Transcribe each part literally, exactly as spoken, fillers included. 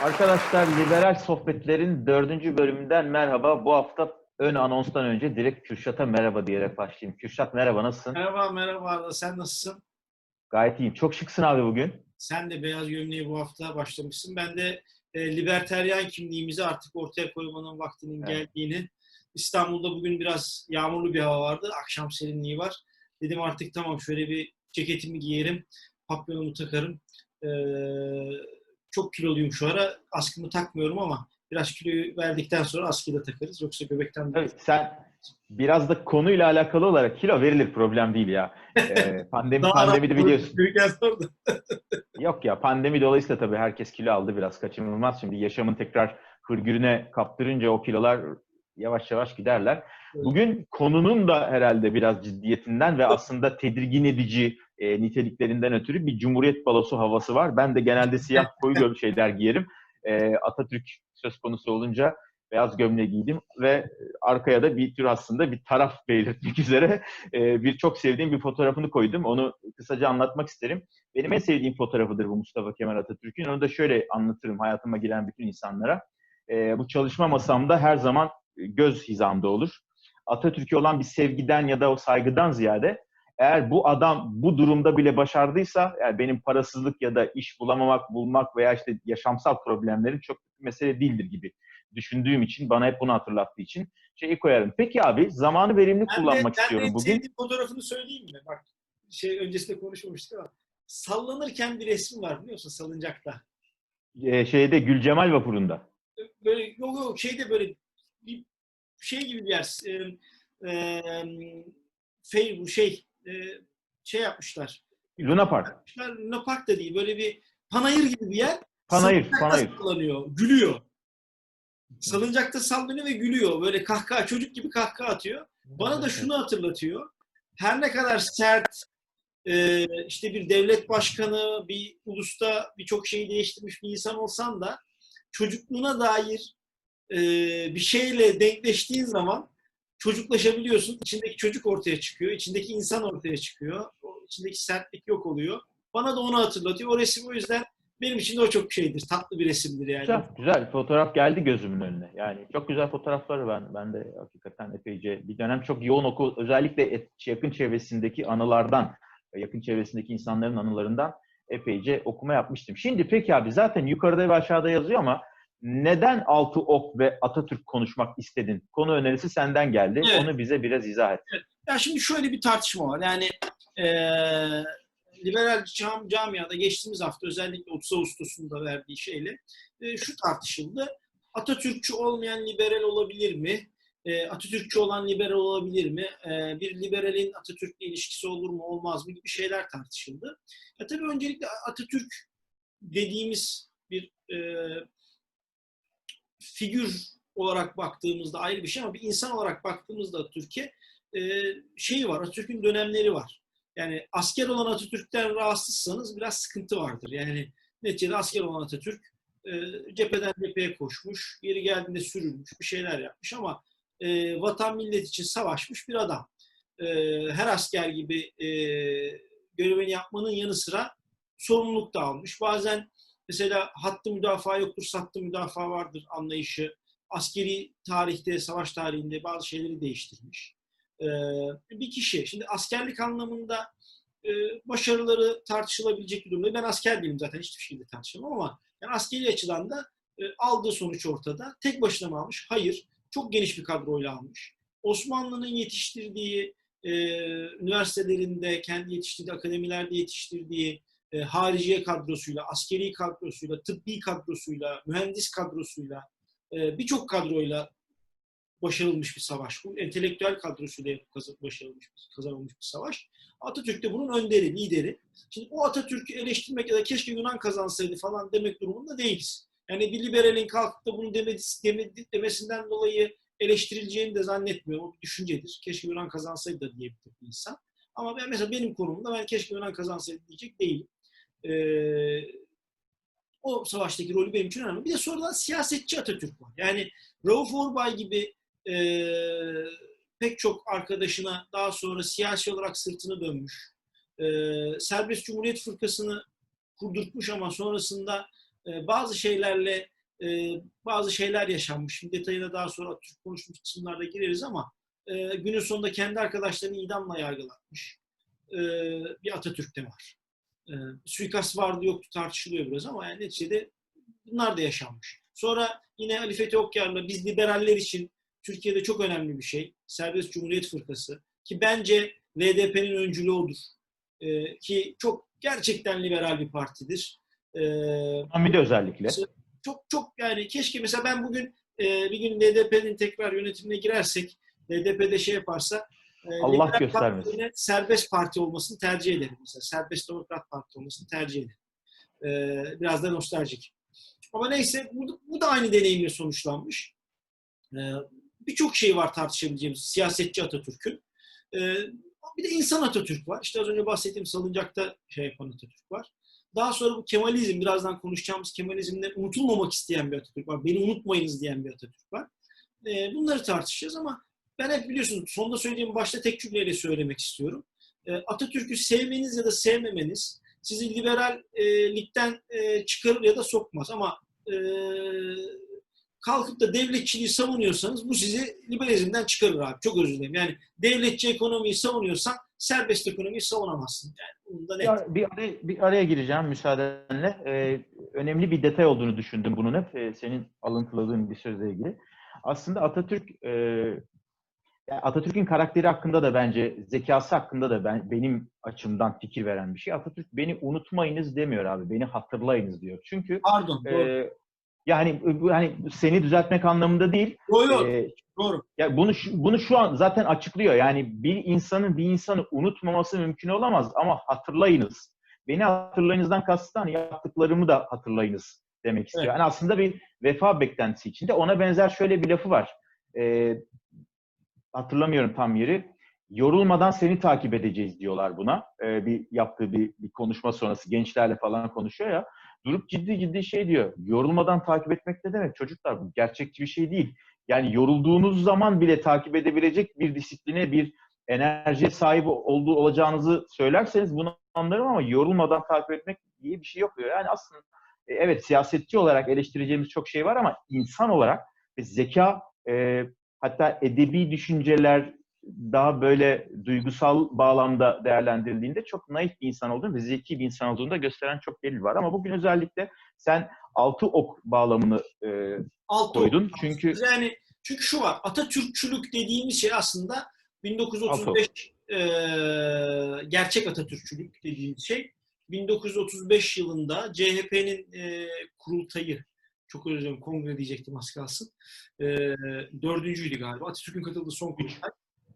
Arkadaşlar, Liberal Sohbetler'in dördüncü bölümünden merhaba. Bu hafta ön anonstan önce direkt Kürşat'a merhaba diyerek başlayayım. Kürşat merhaba, nasılsın? Merhaba, merhaba Arda. Sen nasılsın? Gayet iyiyim. Çok şıksın abi bugün. Sen de beyaz gömleği bu hafta başlamışsın. Ben de e, liberteryan kimliğimizi artık ortaya koymanın vaktinin Evet. geldiğini. İstanbul'da bugün biraz yağmurlu bir hava vardı. Akşam serinliği var. Dedim artık tamam şöyle bir ceketimi giyerim. Papyonumu takarım. E, Çok kiloluyum şu ara. Askımı takmıyorum ama biraz kiloyu verdikten sonra askıyı da takarız. Yoksa göbekten de... Tabii sen biraz da konuyla alakalı olarak kilo verilir, problem değil ya. Ee, pandemi Daha rahat pandemi de biliyorsun. büyükken sonra. Yok ya, pandemi dolayısıyla tabii herkes kilo aldı, biraz kaçınılmaz. Şimdi yaşamın tekrar hırgürüne kaptırınca o kilolar yavaş yavaş giderler. Bugün konunun da herhalde biraz ciddiyetinden ve aslında tedirgin edici e, niteliklerinden ötürü bir Cumhuriyet balosu havası var. Ben de genelde siyah koyu gömlek şeyler giyerim. E, Atatürk söz konusu olunca beyaz gömleği giydim ve arkaya da bir tür aslında bir taraf belirtmek üzere e, bir çok sevdiğim bir fotoğrafını koydum. Onu kısaca anlatmak isterim. Benim en sevdiğim fotoğrafıdır bu, Mustafa Kemal Atatürk'ün. Onu da şöyle anlatırım hayatıma giren bütün insanlara. E, bu çalışma masamda her zaman göz hizamda olur. Atatürk'e olan bir sevgiden ya da o saygıdan ziyade, eğer bu adam bu durumda bile başardıysa, yani benim parasızlık ya da iş bulamamak, bulmak veya işte yaşamsal problemlerim çok bir mesele değildir gibi düşündüğüm için, bana hep bunu hatırlattığı için şeyi koyarım. Peki abi, zamanı verimli Ben de, kullanmak ben de en istiyorum bugün. sevdiğim fotoğrafını söyleyeyim mi? Bak, şey öncesinde konuşmamıştık ama sallanırken bir resmi var biliyor musun salıncakta? E, şeyde Gülcemal Vapuru'nda. Böyle yok yok şeyde böyle bir şey gibi bir yer. E, e, fey, bu şey e, şey yapmışlar. Bir Luna park Park. yapmışlar. Luna Park da değil. Böyle bir panayır gibi bir yer. Panayır, Salıncakta Panayır. sallanıyor. Gülüyor. Salıncakta sallanıyor ve gülüyor. Böyle kahkaha, çocuk gibi kahkaha atıyor. Bana da şunu hatırlatıyor. Her ne kadar sert, e, işte bir devlet başkanı, bir ulusta birçok şeyi değiştirmiş bir insan olsan da çocukluğuna dair e, bir şeyle denkleştiğin zaman çocuklaşabiliyorsun. İçindeki çocuk ortaya çıkıyor. İçindeki insan ortaya çıkıyor. O içindeki sertlik yok oluyor. Bana da onu hatırlatıyor. O resim o yüzden benim için de o çok şeydir. Tatlı bir resimdir yani. Güzel, güzel. Fotoğraf geldi gözümün önüne. Yani çok güzel fotoğrafları ben ben de hakikaten epeyce bir dönem çok yoğun oku, özellikle et, yakın çevresindeki anılardan, yakın çevresindeki insanların anılarından epeyce okuma yapmıştım. Şimdi peki abi, zaten yukarıda ve aşağıda yazıyor ama neden Altı Ok ve Atatürk konuşmak istedin? Konu önerisi senden geldi. Evet. Onu bize biraz izah et. Evet. Ya şimdi şöyle bir tartışma var. Yani e, liberal cam, camiada geçtiğimiz hafta özellikle otuz Ağustos'unda verdiği şeyle e, şu tartışıldı. Atatürkçü olmayan liberal olabilir mi? E, Atatürkçü olan liberal olabilir mi? E, bir liberalin Atatürk'le ilişkisi olur mu olmaz mı gibi şeyler tartışıldı. Ya tabii öncelikle Atatürk dediğimiz bir e, figür olarak baktığımızda ayrı bir şey ama bir insan olarak baktığımızda Türkiye e, şeyi var, Atatürk'ün dönemleri var. Yani asker olan Atatürk'ten rahatsızsanız biraz sıkıntı vardır. Yani neticede asker olan Atatürk e, cepheden cepheye koşmuş, geri geldiğinde sürülmüş, bir şeyler yapmış ama e, vatan millet için savaşmış bir adam. E, her asker gibi e, görevini yapmanın yanı sıra sorumluluk da almış. Bazen mesela hattı müdafaa yoktur, sattı müdafaa vardır anlayışı. Askeri tarihte, savaş tarihinde bazı şeyleri değiştirmiş. Ee, bir kişi, şimdi askerlik anlamında e, başarıları tartışılabilecek bir durumda. Ben asker değilim zaten, hiçbir şeyde tartışamam ama yani askeri açıdan da e, aldığı sonuç ortada. Tek başına mı almış? Hayır. Çok geniş bir kadroyla almış. Osmanlı'nın yetiştirdiği, e, üniversitelerinde, kendi yetiştirdiği, akademilerde yetiştirdiği e, hariciye kadrosuyla, askeri kadrosuyla, tıbbi kadrosuyla, mühendis kadrosuyla, e, birçok kadroyla başarılmış bir savaş. Bu entelektüel kadrosuyla başarılmış, kazanılmış bir savaş. Atatürk de bunun önderi, lideri. Şimdi o Atatürk'ü eleştirmek ya da keşke Yunan kazansaydı falan demek durumunda değiliz. Yani bir liberalin kalkıp da bunu demedi, demedi, demesinden dolayı eleştirileceğini de zannetmiyorum. O bir düşüncedir. Keşke Yunan kazansaydı da diyebilir bir insan. Ama ben mesela benim konumda ben keşke Yunan kazansaydı diyecek değilim. Ee, O savaştaki rolü benim için önemli. Bir de sonradan siyasetçi Atatürk var. Yani Rauf Orbay gibi e, pek çok arkadaşına daha sonra siyasi olarak sırtını dönmüş. E, Serbest Cumhuriyet Fırkası'nı kurdurtmuş ama sonrasında e, bazı şeylerle e, bazı şeyler yaşanmış. Şimdi detayına daha sonra Türk konuştuğumuz kısımlarda gireriz ama e, günün sonunda kendi arkadaşlarını idamla yargılatmış. E, bir Atatürk de var. E, suikast vardı yoktu tartışılıyor biraz ama yani neticede bunlar da yaşanmış. Sonra yine Ali Fethi Okyar'la biz liberaller için Türkiye'de çok önemli bir şey. Serbest Cumhuriyet Fırkası. Ki bence V D P'nin öncülü odur. Ee, ki çok gerçekten liberal bir partidir. Ee, Ekonomide özellikle. çok çok yani keşke mesela ben bugün e, bir gün V D P'nin tekrar yönetimine girersek V D P'de şey yaparsa e, Allah liberal göstermesin. partilerine serbest parti olmasını tercih ederim. Mesela serbest demokrat parti olmasını tercih ederim. Ee, biraz da nostaljik. Ama neyse bu, bu da aynı deneyimle sonuçlanmış. Ee, Birçok şey var tartışabileceğimiz siyasetçi Atatürk'ün. Ee, Bir de insan Atatürk var. İşte az önce bahsettiğim salıncakta şey yapan Atatürk var. Daha sonra bu Kemalizm, birazdan konuşacağımız Kemalizm'de unutulmamak isteyen bir Atatürk var. Beni unutmayınız diyen bir Atatürk var. Ee, bunları tartışacağız ama ben hep biliyorsunuz sonunda söylediğim başta tek cümleyle söylemek istiyorum. Ee, Atatürk'ü sevmeniz ya da sevmemeniz sizi liberallikten e, çıkarır ya da sokmaz ama e, kalkıp da devletçiliği savunuyorsanız bu sizi liberalizmden çıkarır abi. Çok özür dilerim. Yani devletçi ekonomiyi savunuyorsan serbest ekonomiyi savunamazsın. Yani bunu da net. Bir, bir, araya, bir araya gireceğim müsaadenle. Ee, önemli bir detay olduğunu düşündüm bunun hep. Ee, senin alıntıladığın bir sözle ilgili. Aslında Atatürk, e, Atatürk'ün karakteri hakkında da bence, zekası hakkında da ben benim açımdan fikir veren bir şey. Atatürk beni unutmayınız demiyor abi. Beni hatırlayınız diyor. Çünkü Pardon. Doğru. e, yani hani seni düzeltmek anlamında değil. Doğru. E, Doğru. Ya bunu bunu şu an zaten açıklıyor. Yani bir insanın bir insanı unutmaması mümkün olamaz ama hatırlayınız. Beni hatırlayınızdan kastı hani yaptıklarımı da hatırlayınız demek istiyor. Evet. Yani aslında bir vefa beklentisi içinde. Ona benzer şöyle bir lafı var. Ee, hatırlamıyorum tam yeri. Yorulmadan seni takip edeceğiz diyorlar buna. Ee, bir yaptığı bir, bir konuşma sonrası gençlerle falan konuşuyor ya. Durup ciddi ciddi şey diyor. Yorulmadan takip etmek ne demek? Çocuklar bu gerçekçi bir şey değil. Yani yorulduğunuz zaman bile takip edebilecek bir disipline, bir enerjiye sahip olduğu olacağınızı söylerseniz bunu anlarım ama yorulmadan takip etmek diye bir şey yok diyor. Yani aslında evet siyasetçi olarak eleştireceğimiz çok şey var ama insan olarak zeka, e, hatta edebi düşünceler daha böyle duygusal bağlamda değerlendirildiğinde çok naif bir insan olduğunu ve zeki bir insan olduğunu da gösteren çok delil var. Ama bugün özellikle sen altı ok bağlamını e, Altı koydun. ok. Çünkü Yani çünkü şu var. Atatürkçülük dediğimiz şey aslında bin dokuz yüz otuz beş e, gerçek Atatürkçülük dediğimiz şey bin dokuz yüz otuz beş yılında C H P'nin e, kurultayı, çok özür dilerim kongre diyecektim az kalsın. E, dördüncüydü galiba. Atatürk'ün katıldığı son kurultay.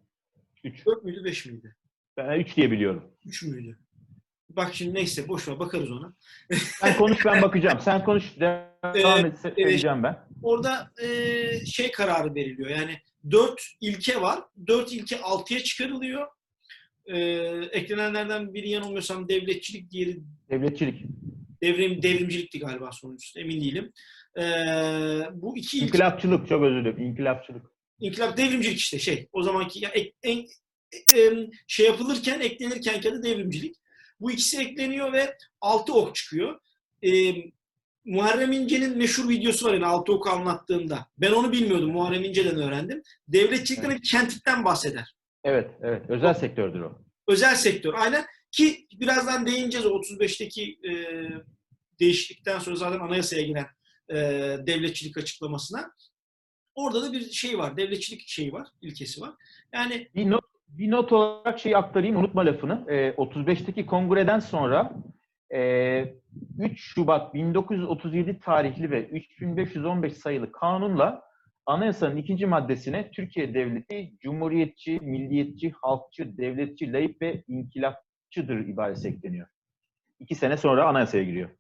üç. Dört müydü, beş miydi? Ben üç diye biliyorum. Üç müydü? Bak şimdi neyse boş ver bakarız ona. Sen konuş ben bakacağım. Sen konuş devam et söyleyeceğim ben. Orada e, şey kararı veriliyor. Yani dört ilke var. Dört ilke altıya çıkarılıyor. E, eklenenlerden biri yanılmıyorsam devletçilik, diğeri Devletçilik. devrim, devrimcilikti galiba sonuncusu. Emin değilim. E, bu iki ilke... İnkılapçılık, çok özür dilerim. İnkılapçılık. İnkılap devrimcilik işte şey. O zamanki ya, ek, en, e, şey yapılırken, eklenirken adı devrimcilik. Bu ikisi ekleniyor ve altı ok çıkıyor. E, Muharrem İnce'nin meşhur videosu var yani altı oku anlattığında. Ben onu bilmiyordum. Muharrem İnce'den öğrendim. Devletçilikten evet. Kentikten bahseder. Evet, evet. Özel o, sektördür o. Özel sektör, aynen. Ki birazdan değineceğiz o otuz beşteki e, değişiklikten sonra zaten anayasaya giren e, devletçilik açıklamasına. Orada da bir şey var. Devletçilik şeyi var, ilkesi var. Yani bir not, bir not olarak şeyi aktarayım, unutma lafını. E, otuz beşteki kongreden sonra e, üç Şubat bin dokuz yüz otuz yedi tarihli ve üç bin beş yüz on beş sayılı kanunla anayasanın ikinci maddesine Türkiye Devleti Cumhuriyetçi, milliyetçi, halkçı, devletçi, laik ve inkılapçıdır ibaresi ekleniyor. İki sene sonra anayasaya giriyor.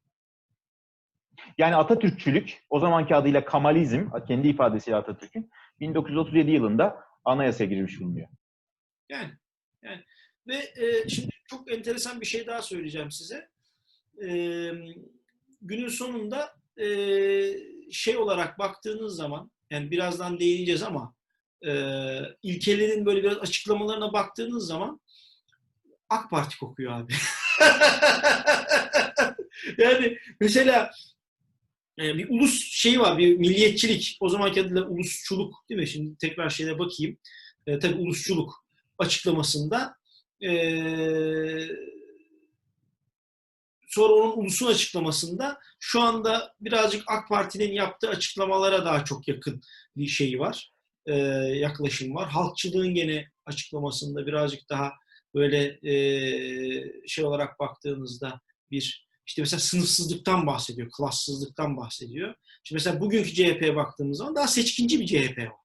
Yani Atatürkçülük, o zamanki adıyla Kemalizm, kendi ifadesiyle Atatürk'ün bin dokuz yüz otuz yedi yılında anayasaya girmiş bulunuyor. Yani, yani. Ve e, şimdi çok enteresan bir şey daha söyleyeceğim size. E, günün sonunda e, şey olarak baktığınız zaman, yani birazdan değineceğiz ama e, ilkelerin böyle biraz açıklamalarına baktığınız zaman AK Parti kokuyor abi. Yani mesela e, bir ulus şeyi var, bir milliyetçilik. O zamanki adıyla ulusçuluk değil mi? Şimdi tekrar şeyine bakayım. E, tabii ulusçuluk açıklamasında e, sonra onun ulusun açıklamasında şu anda birazcık AK Parti'nin yaptığı açıklamalara daha çok yakın bir şey var. E, yaklaşım var. Halkçılığın gene açıklamasında birazcık daha böyle e, şey olarak baktığınızda bir işte mesela sınıfsızlıktan bahsediyor, klassızlıktan bahsediyor. Şimdi mesela bugünkü C H P'ye baktığımız zaman daha seçkinci bir C H P var.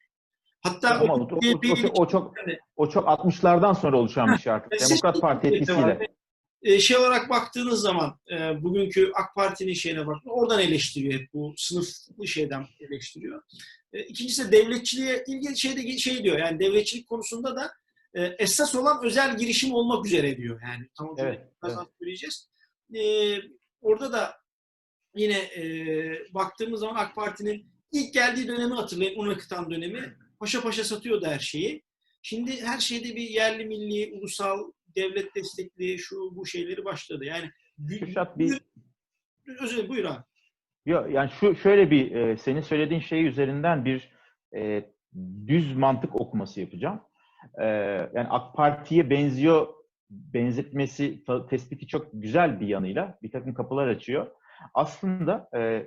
Ya Hatta o ama o, o, o, C H P'yi çok o çok o çok altmışlardan sonra oluşan bir şey artık. Demokrat seçkinci Parti bir C H P var. etkisiyle. E, şey olarak baktığınız zaman e, bugünkü AK Parti'nin şeyine bakın oradan eleştiriyor hep bu sınıflı şeyden eleştiriyor. E, ikincisi devletçiliğe ilgili şeyde şey diyor yani devletçilik konusunda da e, esas olan özel girişim olmak üzere diyor yani. Tamam cümleyi Evet, birazdan evet. söyleyeceğiz. E, orada da yine e, baktığımız zaman AK Parti'nin ilk geldiği dönemi hatırlayın, un akıtan dönemi. Paşa paşa satıyordu her şeyi. Şimdi her şeyde bir yerli milli, ulusal, devlet destekli şu bu şeyleri başladı. Yani Kürşat buyur, bir özür buyur abi. yo, yani şu şöyle bir e, senin söylediğin şey üzerinden bir e, düz mantık okuması yapacağım. E, yani AK Parti'ye benziyor benzetmesi ta- tespiti çok güzel bir yanıyla bir takım kapılar açıyor. Aslında e,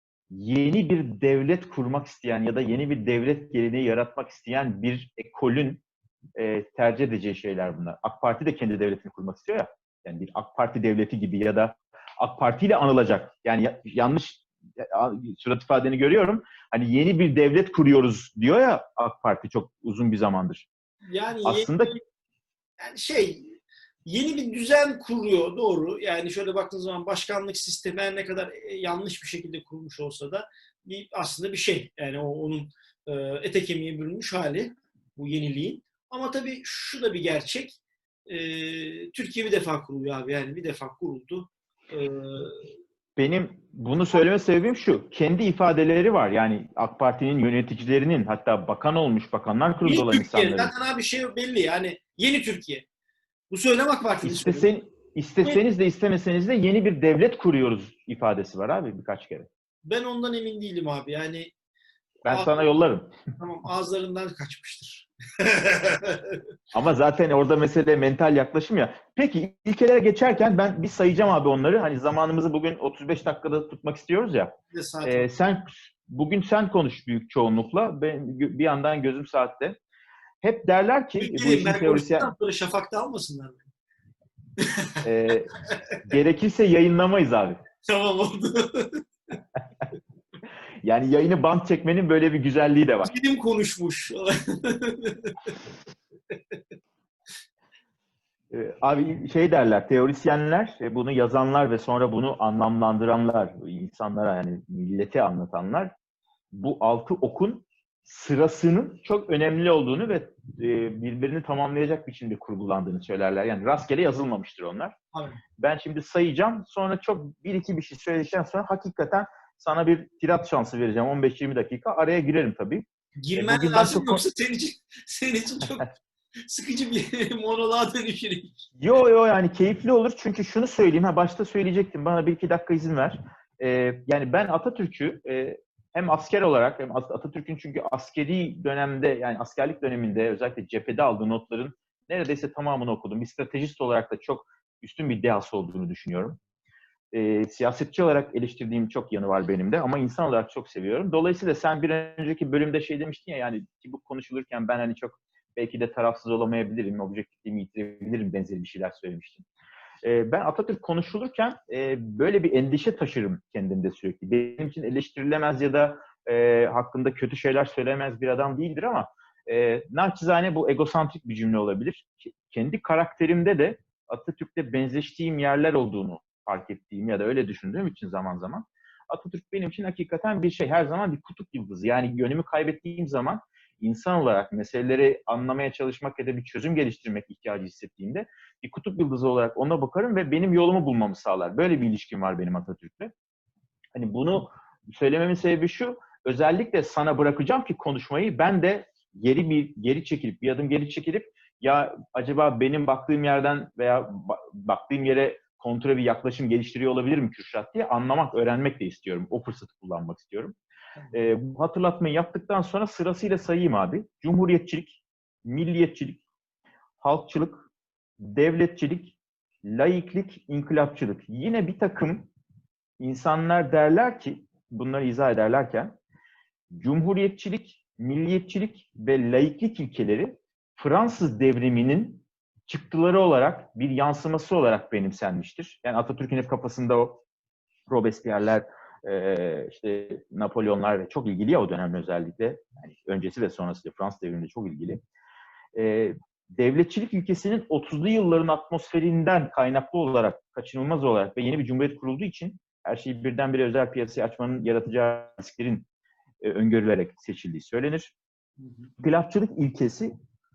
yeni bir devlet kurmak isteyen ya da yeni bir devlet geleneği yaratmak isteyen bir ekolün e, tercih edeceği şeyler bunlar. AK Parti de kendi devletini kurmak istiyor ya. Yani bir AK Parti devleti gibi ya da AK Parti ile anılacak. Yani ya, yanlış surat ifadeni görüyorum. Hani yeni bir devlet kuruyoruz diyor ya AK Parti çok uzun bir zamandır. Yani yeni, Aslında yani şey yeni bir düzen kuruyor doğru. Yani şöyle baktığınız zaman başkanlık sistemi her ne kadar e, yanlış bir şekilde kurulmuş olsa da bir, aslında bir şey. Yani o onun e, ete kemiğe bürünmüş hali bu yeniliğin. Ama tabii şu da bir gerçek. E, Türkiye bir defa kuruluyor abi. Yani bir defa kuruldu. E, benim bunu söyleme sebebim şu. Kendi ifadeleri var. Yani AK Parti'nin yöneticilerinin hatta bakan olmuş, bakanlar kurulunda Yeni olan Türkiye. insanların Zaten abi şey belli. Yani yeni Türkiye. Bu söylem AK Parti'nin söylemi. istesen, isteseniz de istemeseniz de yeni bir devlet kuruyoruz ifadesi var abi birkaç kere. Ben ondan emin değilim abi. Yani Ben sana yollarım. tamam ağızlarından kaçmıştır. Ama zaten orada mesele mental yaklaşım ya. Peki ilkelere geçerken ben bir sayacağım abi onları. Hani zamanımızı bugün otuz beş dakikada tutmak istiyoruz ya. Bir de saat var. Ee, sen bugün sen konuş büyük çoğunlukla. Ben bir yandan gözüm saatte. Hep derler ki bu Bekleyin işin ben konuştuktan teorisyen sonra şafakta almasınlar beni. e, gerekirse yayınlamayız abi. Tamam oldu. Yani yayını bant çekmenin böyle bir güzelliği de var. Film konuşmuş. Ee, Abi şey derler, teorisyenler, e, bunu yazanlar ve sonra bunu anlamlandıranlar, insanlara yani millete anlatanlar, bu altı okun sırasının çok önemli olduğunu ve e, birbirini tamamlayacak biçimde kurgulandığını söylerler. Yani rastgele yazılmamıştır onlar. Abi, Ben şimdi sayacağım, sonra çok bir iki bir şey söyledikten sonra hakikaten sana bir tirat şansı vereceğim. on beş yirmi dakika. Araya girerim tabii. E, girmen bugün ben lazım çok yoksa senin için, senin için çok sıkıcı bir monoloğa dönüşür. Yo yo yani keyifli olur çünkü şunu söyleyeyim ha başta söyleyecektim bana bir iki dakika izin ver. Ee, yani ben Atatürk'ü e, hem asker olarak hem Atatürk'ün çünkü askeri dönemde yani askerlik döneminde özellikle cephede aldığı notların neredeyse tamamını okudum. Bir stratejist olarak da çok üstün bir dehası olduğunu düşünüyorum. Ee, siyasetçi olarak eleştirdiğim çok yanı var benim de ama insan olarak çok seviyorum. Dolayısıyla sen bir önceki bölümde şey demiştin ya yani ki bu konuşulurken ben hani çok belki de tarafsız olamayabilirim, objektifliğimi yitirebilirim benzeri bir şeyler söylemiştim. Ee, ben Atatürk konuşulurken e, böyle bir endişe taşırım kendimde sürekli. Benim için eleştirilemez ya da e, hakkında kötü şeyler söylemez bir adam değildir ama e, naçizane bu egosantrik bir cümle olabilir. Kendi karakterimde de Atatürk'le benzeştiğim yerler olduğunu fark ettiğim ya da öyle düşündüğüm için zaman zaman Atatürk benim için hakikaten bir şey. Her zaman bir kutup yıldızı. Yani yönümü kaybettiğim zaman insan olarak meseleleri anlamaya çalışmak ya da bir çözüm geliştirmek ihtiyacı hissettiğimde bir kutup yıldızı olarak ona bakarım ve benim yolumu bulmamı sağlar. Böyle bir ilişkim var benim Atatürk'le. Hani bunu söylememin sebebi şu, özellikle sana bırakacağım ki konuşmayı ben de geri bir geri çekilip, bir adım geri çekilip ya acaba benim baktığım yerden veya baktığım yere kontra bir yaklaşım geliştiriyor olabilirim Kürşat diye anlamak, öğrenmek de istiyorum. O fırsatı kullanmak istiyorum. E, bu hatırlatmayı yaptıktan sonra sırasıyla sayayım abi. Cumhuriyetçilik, milliyetçilik, halkçılık, devletçilik, laiklik, inkılapçılık. Yine bir takım insanlar derler ki, bunları izah ederlerken, cumhuriyetçilik, milliyetçilik ve laiklik ilkeleri Fransız devriminin çıktıları olarak, bir yansıması olarak benimsenmiştir. Yani Atatürk'ün hep kafasında o Robespierre'ler, e, işte Napolyonlar çok ilgili ya o dönem özellikle. Yani öncesi ve sonrası Fransız devriminde çok ilgili. E, devletçilik ülkesinin otuzlu yılların atmosferinden kaynaklı olarak, kaçınılmaz olarak ve yeni bir cumhuriyet kurulduğu için her şeyi birdenbire özel piyasaya açmanın yaratacağı risklerin e, öngörülerek seçildiği söylenir. İnkılapçılık ilkesi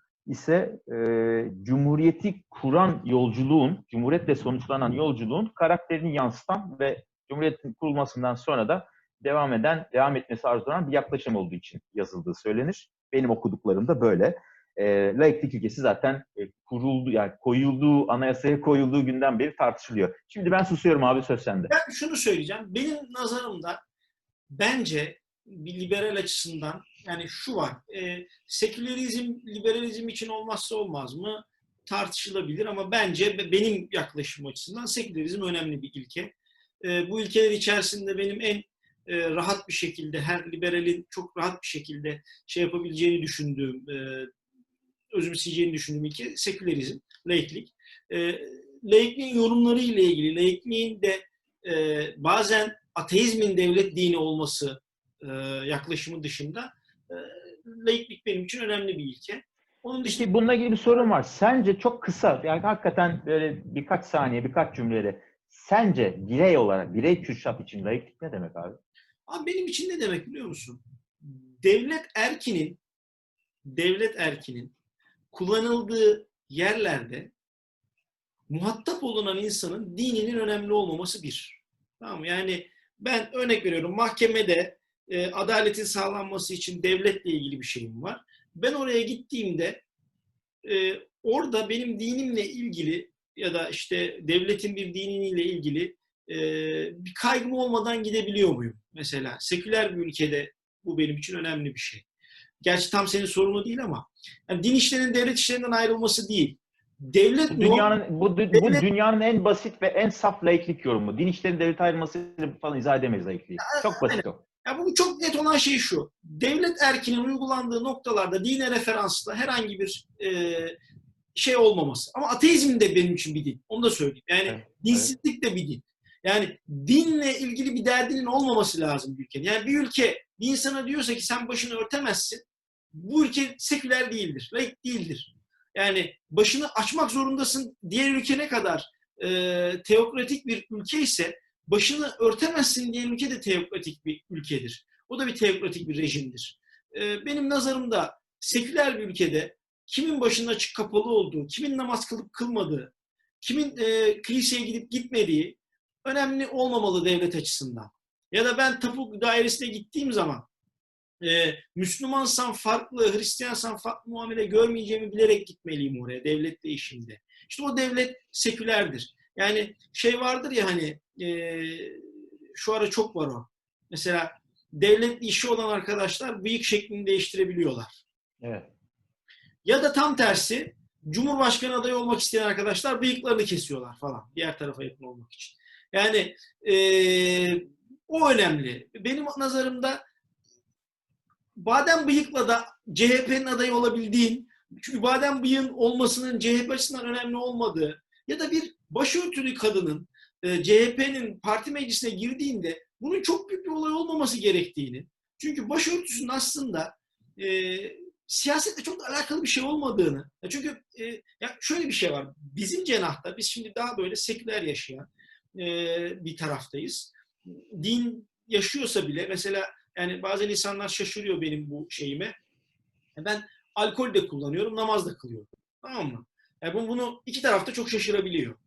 ise e, Cumhuriyeti kuran yolculuğun, Cumhuriyetle sonuçlanan yolculuğun karakterini yansıtan ve Cumhuriyet'in kurulmasından sonra da devam eden, devam etmesi arzulanan bir yaklaşım olduğu için yazıldığı söylenir. Benim okuduklarım da böyle. E, laiklik ilkesi zaten e, kuruldu, yani koyulduğu, anayasaya koyulduğu günden beri tartışılıyor. Şimdi ben susuyorum abi, söz sende. Ben şunu söyleyeceğim. Benim nazarımda bence bir liberal açısından yani şu var. E, sekülerizm liberalizm için olmazsa olmaz mı? Tartışılabilir ama bence benim yaklaşım açısından sekülerizm önemli bir ilke. E, bu ilkeler içerisinde benim en e, rahat bir şekilde, her liberalin çok rahat bir şekilde şey yapabileceğini düşündüğüm, e, özümseyeceğini düşündüğüm ilke sekülerizm, laiklik. E, laikliğin yorumları ile ilgili, laikliğin de e, bazen ateizmin devlet dini olması e, yaklaşımı dışında e, laiklik benim için önemli bir ilke. Onun dışında... Peki bununla ilgili bir sorum var. Sence çok kısa, yani hakikaten böyle birkaç saniye, birkaç cümleyle, sence birey olarak, birey Kürşat için laiklik ne demek abi? Abi benim için ne demek biliyor musun? Devlet erkinin devlet erkinin kullanıldığı yerlerde muhatap olunan insanın dininin önemli olmaması bir. Tamam mı? Yani ben örnek veriyorum, mahkemede e, adaletin sağlanması için devletle ilgili bir şeyim var. Ben oraya gittiğimde e, orada benim dinimle ilgili ya da işte devletin bir diniyle ilgili e, bir kaygım olmadan gidebiliyor muyum? Mesela seküler bir ülkede bu benim için önemli bir şey. Gerçi tam senin sorunu değil ama yani din işlerinin devlet işlerinden ayrılması değil. Devlet Bu dünyanın bu, bu dünyanın en basit ve en saf laiklik yorumu. Din işlerinin devlet ayrılmasıyla falan izah edemeyiz laikliği. Çok basit o. Ya bu çok net olan şey şu. Devlet erkinin uygulandığı noktalarda dine referansla herhangi bir e, şey olmaması. Ama ateizm de benim için bir din. Onu da söyleyeyim. Yani Evet, dinsizlik de bir din. Yani dinle ilgili bir derdinin olmaması lazım bir ülkenin. Yani bir ülke bir insana diyorsa ki sen başını örtemezsin, bu ülke seküler değildir, laik değildir. Yani başını açmak zorundasın. Diğer ülke ne kadar e, teokratik bir ülke ise başını örtemezsin diye ülke de teokratik bir ülkedir. O da bir teokratik bir rejimdir. E, benim nazarımda seküler bir ülkede kimin başının açık kapalı olduğu, kimin namaz kılıp kılmadığı, kimin e, kiliseye gidip gitmediği önemli olmamalı devlet açısından. Ya da ben tapu dairesine gittiğim zaman e, Müslümansam farklı, Hristiyansam farklı muamele görmeyeceğimi bilerek gitmeliyim oraya devletle işimde. İşte o devlet sekülerdir. Yani şey vardır ya hani e, şu ara çok var o. Mesela devletle işi olan arkadaşlar bıyık şeklini değiştirebiliyorlar. Evet. Ya da tam tersi Cumhurbaşkanı adayı olmak isteyen arkadaşlar bıyıklarını kesiyorlar falan. Diğer tarafa yakın olmak için. Yani e, o önemli. Benim nazarımda badem bıyıkla da C H P'nin adayı olabildiğin, çünkü badem bıyığın olmasının C H P açısından önemli olmadığı ya da bir başörtülü kadının e, C H P'nin parti meclisine girdiğinde bunun çok büyük bir olay olmaması gerektiğini, çünkü başörtüsünün aslında e, siyasetle çok alakalı bir şey olmadığını, çünkü e, ya şöyle bir şey var, bizim cenahta, biz şimdi daha böyle seküler yaşayan e, bir taraftayız. Din yaşıyorsa bile mesela yani bazen insanlar şaşırıyor benim bu şeyime. Ben alkol de kullanıyorum, namaz da kılıyorum. Tamam mı? Yani bunu iki tarafta çok şaşırabiliyor.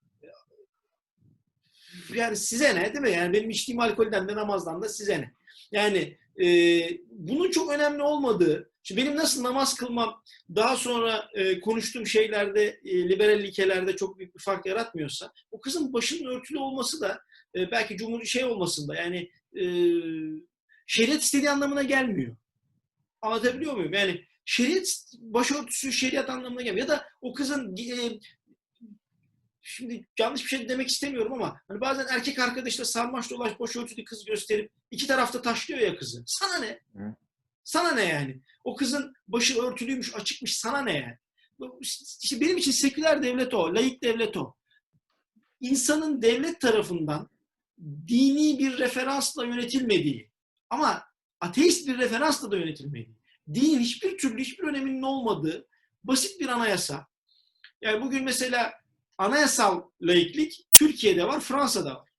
Yani size ne değil mi? Yani benim içtiğim alkolden de namazdan da size ne? Yani e, bunun çok önemli olmadığı, Şimdi benim nasıl namaz kılmam daha sonra e, konuştuğum şeylerde, e, liberal ilkelerde çok büyük bir fark yaratmıyorsa, o kızın başının örtülü olması da e, belki cumhur şey olmasında, yani e, şeriat istediği anlamına gelmiyor. Anlatabiliyor muyum? Yani şeriat, başörtüsü şeriat anlamına gelmiyor. Ya da o kızın e, şimdi yanlış bir şey demek istemiyorum ama hani bazen erkek arkadaşla sarmaş dolaş başörtülü kız gösterip iki tarafta taşlıyor ya kızı. Sana ne? Hı. Sana ne yani? O kızın başı örtülüymüş, açıkmış. Sana ne yani? İşte benim için seküler devlet o, laik devlet o. İnsanın devlet tarafından dini bir referansla yönetilmediği ama ateist bir referansla da yönetilmediği, dinin hiçbir türlü hiçbir öneminin olmadığı basit bir anayasa. Yani bugün mesela anayasal laiklik Türkiye'de var, Fransa'da var.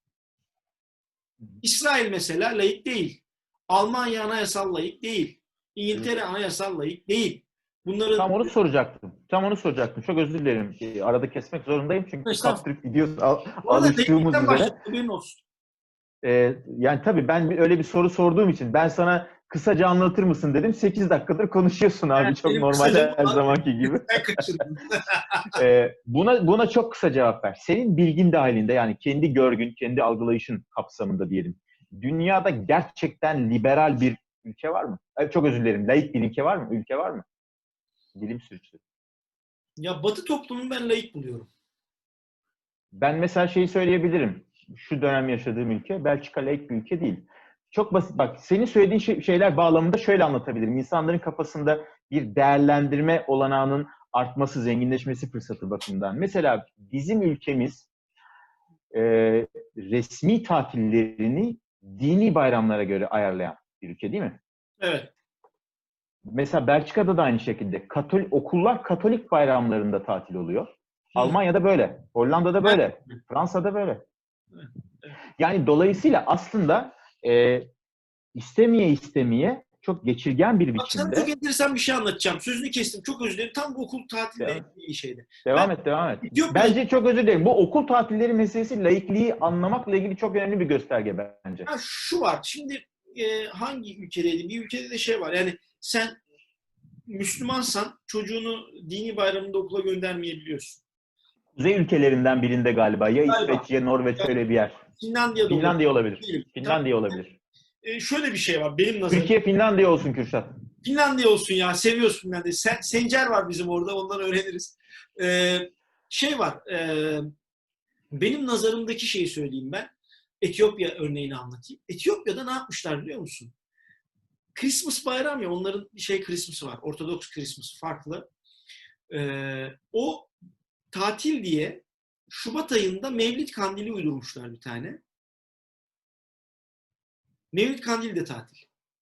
İsrail mesela laik değil. Almanya anayasal laik değil. İngiltere anayasal laik değil. Bunların... Tam onu soracaktım. Tam onu soracaktım. Çok özür dilerim. Ee, Arada kesmek zorundayım çünkü kaptırıp gidiyoruz. Al, alıştığımız üzere. Benim olsun. Ee, yani tabii ben bir- öyle bir soru sorduğum için ben sana kısaca anlatır mısın dedim. sekiz dakikadır konuşuyorsun abi. Yani Çok benim normal kısaca her bu- zamanki gibi. Ben kaçırdım. Ee, buna buna çok kısa cevap ver. Senin bilgin dahilinde, yani kendi görgün, kendi algılayışın kapsamında diyelim. Dünyada gerçekten liberal bir ülke var mı? Ay, çok özür dilerim. Laik bir ülke var mı? Ülke var mı? Dilim sürçtü. Ya Batı toplumunu ben laik buluyorum. Ben mesela şeyi söyleyebilirim. Şu dönem yaşadığım ülke Belçika laik bir ülke değil. Çok basit. Bak, senin söylediğin şey, şeyler bağlamında şöyle anlatabilirim. İnsanların kafasında bir değerlendirme olanağının artması, zenginleşmesi fırsatı bakımından. Mesela bizim ülkemiz e, resmi tatillerini dini bayramlara göre ayarlayan bir ülke değil mi? Evet. Mesela Belçika'da da aynı şekilde. Katolik, okullar Katolik bayramlarında tatil oluyor. Almanya'da böyle. Hollanda'da böyle. Fransa'da böyle. Yani dolayısıyla aslında e, istemeye istemeye çok geçirgen bir Bak sana biçimde... çok enteresan bir şey anlatacağım. Sözünü kestim. Çok özür dilerim. Tam bu okul tatili Devam, iyi şeydi. devam Ben et, devam et. Etiyopya'da... Bence çok özür dilerim. Bu okul tatilleri meselesi laikliği anlamakla ilgili çok önemli bir gösterge bence. Ha, şu var. Şimdi e, hangi ülkedeydi? Bir ülkede de şey var. Yani sen Müslümansan çocuğunu dini bayramında okula göndermeyebiliyorsun. Kuzey ülkelerinden birinde galiba. Ya Galiba. İsveç ya Norveç, Yani öyle bir yer. Finlandiya'da olabilir. Finlandiya olabilir. Değilim. Finlandiya olabilir. E, şöyle bir şey var benim nazarımda. Türkiye Finlandiya olsun Kürşat. Finlandiya olsun ya. Seviyoruz Finlandiya. Sen, Sencer var bizim orada. Ondan öğreniriz. E, şey var. E, benim nazarımdaki şeyi söyleyeyim ben. Etiyopya örneğini anlatayım. Etiyopya'da ne yapmışlar biliyor musun? Christmas bayram ya. Onların bir şey Christmas'ı var. Ortodoks Christmas farklı. E, o tatil diye Şubat ayında Mevlid Kandili uydurmuşlar bir tane. Mevlid Kandili de tatil.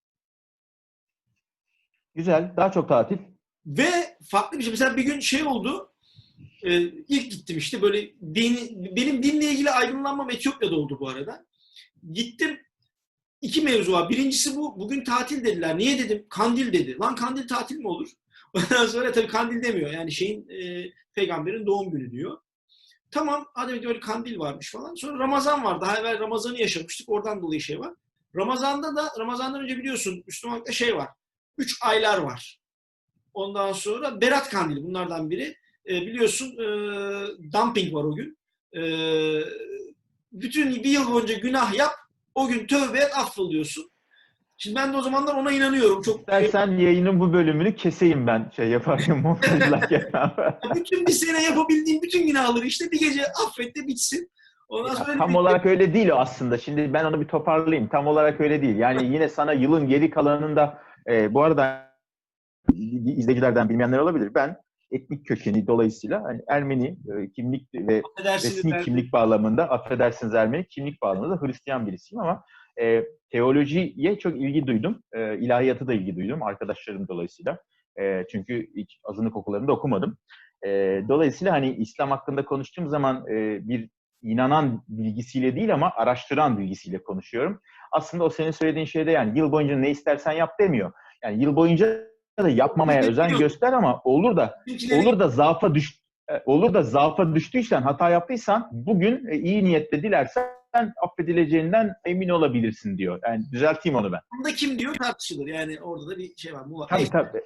Güzel. Daha çok tatil. Ve farklı bir şey. Mesela bir gün şey oldu. E, ilk gittim işte böyle dini, benim dinle ilgili aydınlanmam Etiyopya'da oldu bu arada. Gittim. İki mevzu var. Birincisi bu. Bugün tatil dediler. Niye dedim? Kandil dedi. Lan kandil tatil mi olur? Ondan sonra tabii kandil demiyor. Yani şeyin e, peygamberin doğum günü diyor. Tamam. Hadi böyle kandil varmış falan. Sonra Ramazan var. Daha evvel Ramazan'ı yaşamıştık. Oradan dolayı şey var. Ramazan'da da Ramazan'dan önce biliyorsun Müslümanlıkta şey var. Üç aylar var. Ondan sonra Berat Kandili bunlardan biri. E, biliyorsun e, dumping var o gün. E, bütün bir yıl boyunca günah yap. O gün tövbe et, affoluyorsun. Şimdi ben de o zamanlar ona inanıyorum. Çok İstersen yayının bu bölümünü keseyim ben şey yaparken montajlarken. bütün bir sene yapabildiğim bütün günahları işte bir gece affet de bitsin. Ondan sonra Tam bir... olarak öyle değil o aslında. Şimdi ben onu bir toparlayayım. Tam olarak öyle değil. Yani yine sana yılın geri kalanında e, bu arada izleyicilerden bilmeyenler olabilir. Ben etnik kökeni dolayısıyla hani Ermeni e, kimlik ve resmi Ermeni. kimlik bağlamında, affedersiniz Ermeni kimlik bağlamında Hristiyan birisiyim ama e, teolojiye çok ilgi duydum. E, ilahiyata da ilgi duydum arkadaşlarım dolayısıyla. E, çünkü hiç azınlık okullarında okumadım. E, dolayısıyla hani İslam hakkında konuştuğum zaman e, bir inanan bilgisiyle değil ama araştıran bilgisiyle konuşuyorum. Aslında o senin söylediğin şeyde yani yıl boyunca ne istersen yap demiyor. Yani yıl boyunca da yapmamaya özen göster ama olur da olur da zaafa düş olur da zaafa düştüysen, hata yaptıysan bugün iyi niyetle dilersen affedileceğinden emin olabilirsin diyor. Yani düzelteyim onu ben. Bunda kim diyor tartışılır. Yani orada da bir şey var. Bu var. Tabii tabii.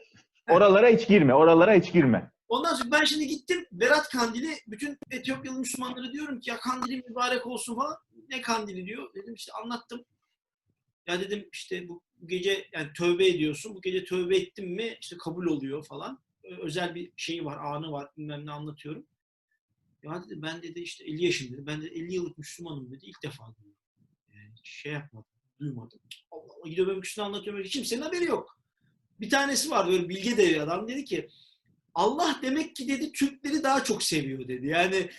oralara hiç girme, oralara hiç girme. Ondan sonra ben şimdi gittim Berat Kandili, bütün Etiyopyalı Müslümanlara diyorum ki ya kandili mübarek olsun falan. Ne kandili diyor. Dedim işte anlattım. Ya dedim işte bu gece yani tövbe ediyorsun. Bu gece tövbe ettin mi işte kabul oluyor falan. Özel bir şeyi var, anı var, bilmem ne anlatıyorum. Ya dedi ben dedi işte elli yaşındayım. Ben de elli yıllık Müslümanım dedi. İlk defa diyor. Yani şey yapmadım, duymadım. Allah Allah gidiyor ben kişisini anlatıyorum. Kimsenin haberi yok. Bir tanesi var böyle bilge de bir adam dedi ki Allah demek ki dedi Türkleri daha çok seviyor dedi. Yani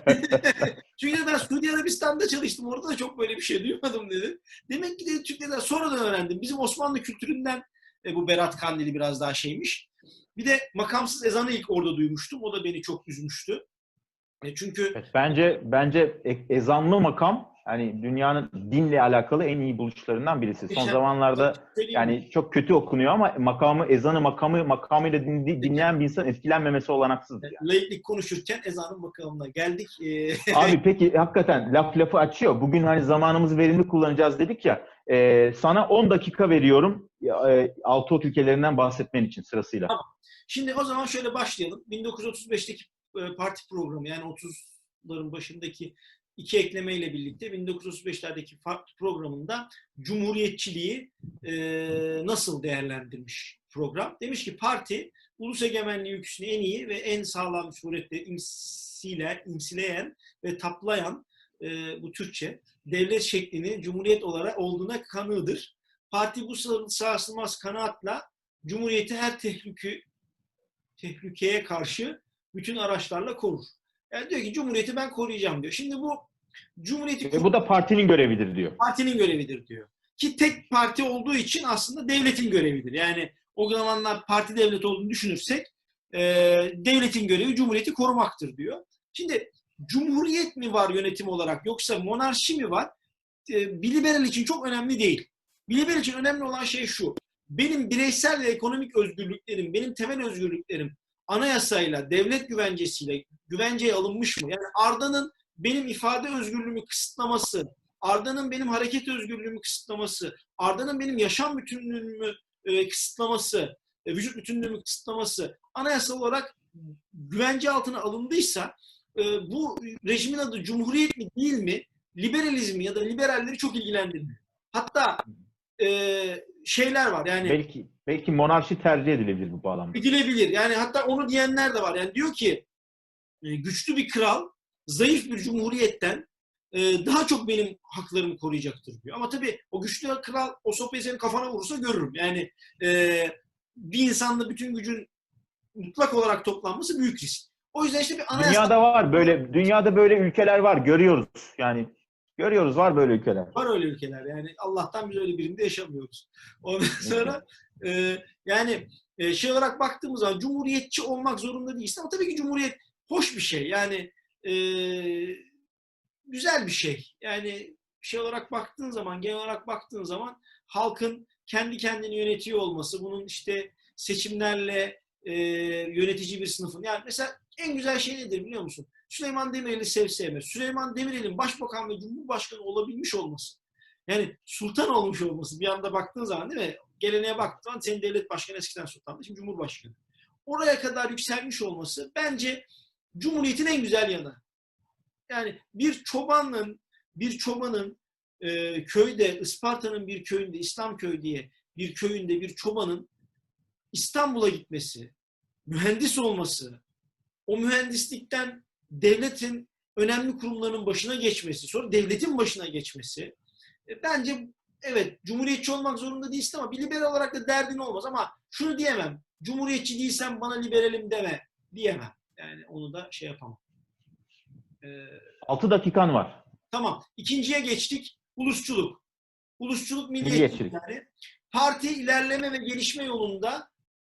çünkü ben Suudi Arabistan'da çalıştım. Orada da çok böyle bir şey duymadım dedi. Demek ki dedi Türklerden sonradan öğrendim. Bizim Osmanlı kültüründen e, bu Berat Kandili biraz daha şeymiş. Bir de makamsız ezanı ilk orada duymuştum. O da beni çok üzmüştü. E, çünkü Evet, bence bence e- ezanlı makam yani dünyanın dinle alakalı en iyi buluşlarından birisi. Son geçen zamanlarda söyleyeyim yani çok kötü okunuyor ama makamı, ezanı, makamı, makamıyla din- dinleyen bir insan etkilenmemesi olanaksızdır yani. laiklik konuşurken ezanın makamına geldik. E, Abi peki hakikaten laf lafı açıyor. Bugün hani zamanımızı verimli kullanacağız dedik ya. E, sana on dakika veriyorum e, altı ot ülkelerinden bahsetmen için sırasıyla. Şimdi o zaman şöyle başlayalım. bin dokuz yüz otuz beşteki e, parti programı yani otuzların başındaki iki eklemeyle birlikte bin dokuz yüz otuz beşlerdeki parti programında cumhuriyetçiliği e, nasıl değerlendirmiş program? Demiş ki parti ulus egemenliği ülküsünü en iyi ve en sağlam surette imsile, imsileyen ve taplayan e, bu Türkçe devlet şeklini cumhuriyet olarak olduğuna kanığıdır. Parti bu sarsılmaz kanaatla Cumhuriyeti her tehlike, tehlikeye karşı bütün araçlarla korur. Yani diyor ki Cumhuriyeti ben koruyacağım diyor. Şimdi bu Cumhuriyeti Ve bu da partinin görevidir diyor. partinin görevidir diyor. Ki tek parti olduğu için aslında devletin görevidir. Yani o zamanlar parti devlet olduğunu düşünürsek e, devletin görevi Cumhuriyeti korumaktır diyor. Şimdi Cumhuriyet mi var yönetim olarak yoksa monarşi mi var? E, bir liberal için çok önemli değil. Bir liberal için önemli olan şey şu. Benim bireysel ve ekonomik özgürlüklerim, benim temel özgürlüklerim anayasayla, devlet güvencesiyle güvenceye alınmış mı? Yani Arda'nın benim ifade özgürlüğümü kısıtlaması, Arda'nın benim hareket özgürlüğümü kısıtlaması, Arda'nın benim yaşam bütünlüğümü e, kısıtlaması, e, vücut bütünlüğümü kısıtlaması anayasal olarak güvence altına alındıysa e, bu rejimin adı Cumhuriyet mi değil mi, liberalizmi ya da liberalleri çok ilgilendirmiyor. Hatta e, şeyler var yani Belki belki monarşi tercih edilebilir bu bağlamda. edilebilir. Yani hatta onu diyenler de var. Yani diyor ki e, güçlü bir kral zayıf bir cumhuriyetten e, daha çok benim haklarımı koruyacaktır diyor. Ama tabii o güçlü kral o sopayı senin kafana vurursa görürüm. Yani e, bir insanda bütün gücün mutlak olarak toplanması büyük risk. O yüzden işte bir anayasa Dünyada var böyle dünyada böyle ülkeler var görüyoruz. Yani görüyoruz var böyle ülkeler. var öyle ülkeler. Yani Allah'tan biz öyle birinde yaşamıyoruz. Ondan sonra e, yani e, şey olarak baktığımız zaman cumhuriyetçi olmak zorunda değilsin ama tabii ki cumhuriyet hoş bir şey. Yani e, güzel bir şey. Yani şey olarak baktığın zaman, genel olarak baktığın zaman halkın kendi kendini yönetiyor olması, bunun işte seçimlerle e, yönetici bir sınıfın. Yani mesela en güzel şey nedir biliyor musun? Süleyman Demirel'i sev sevme. Süleyman Demirel'in başbakan ve cumhurbaşkanı olabilmiş olması. Yani sultan olmuş olması bir anda baktığın zaman değil mi? Geleneğe baktığın zaman senin devlet başkanı eskiden sultandı, şimdi cumhurbaşkanı. Oraya kadar yükselmiş olması bence Cumhuriyet'in en güzel yanı. Yani bir çobanın, bir çobanın e, köyde, Isparta'nın bir köyünde, İslamköy diye bir köyünde bir çobanın İstanbul'a gitmesi, mühendis olması, o mühendislikten devletin önemli kurumlarının başına geçmesi, sonra devletin başına geçmesi, e, bence evet cumhuriyetçi olmak zorunda değilsin ama bir liberal olarak da derdin olmaz ama şunu diyemem, cumhuriyetçi değilsen bana liberalim deme diyemem. Yani onu da şey yapamam. Ee, altı dakikan var. Tamam. İkinciye geçtik. Ulusçuluk. Ulusçuluk milliyetçilik Milliyetçilik. yani. Parti ilerleme ve gelişme yolunda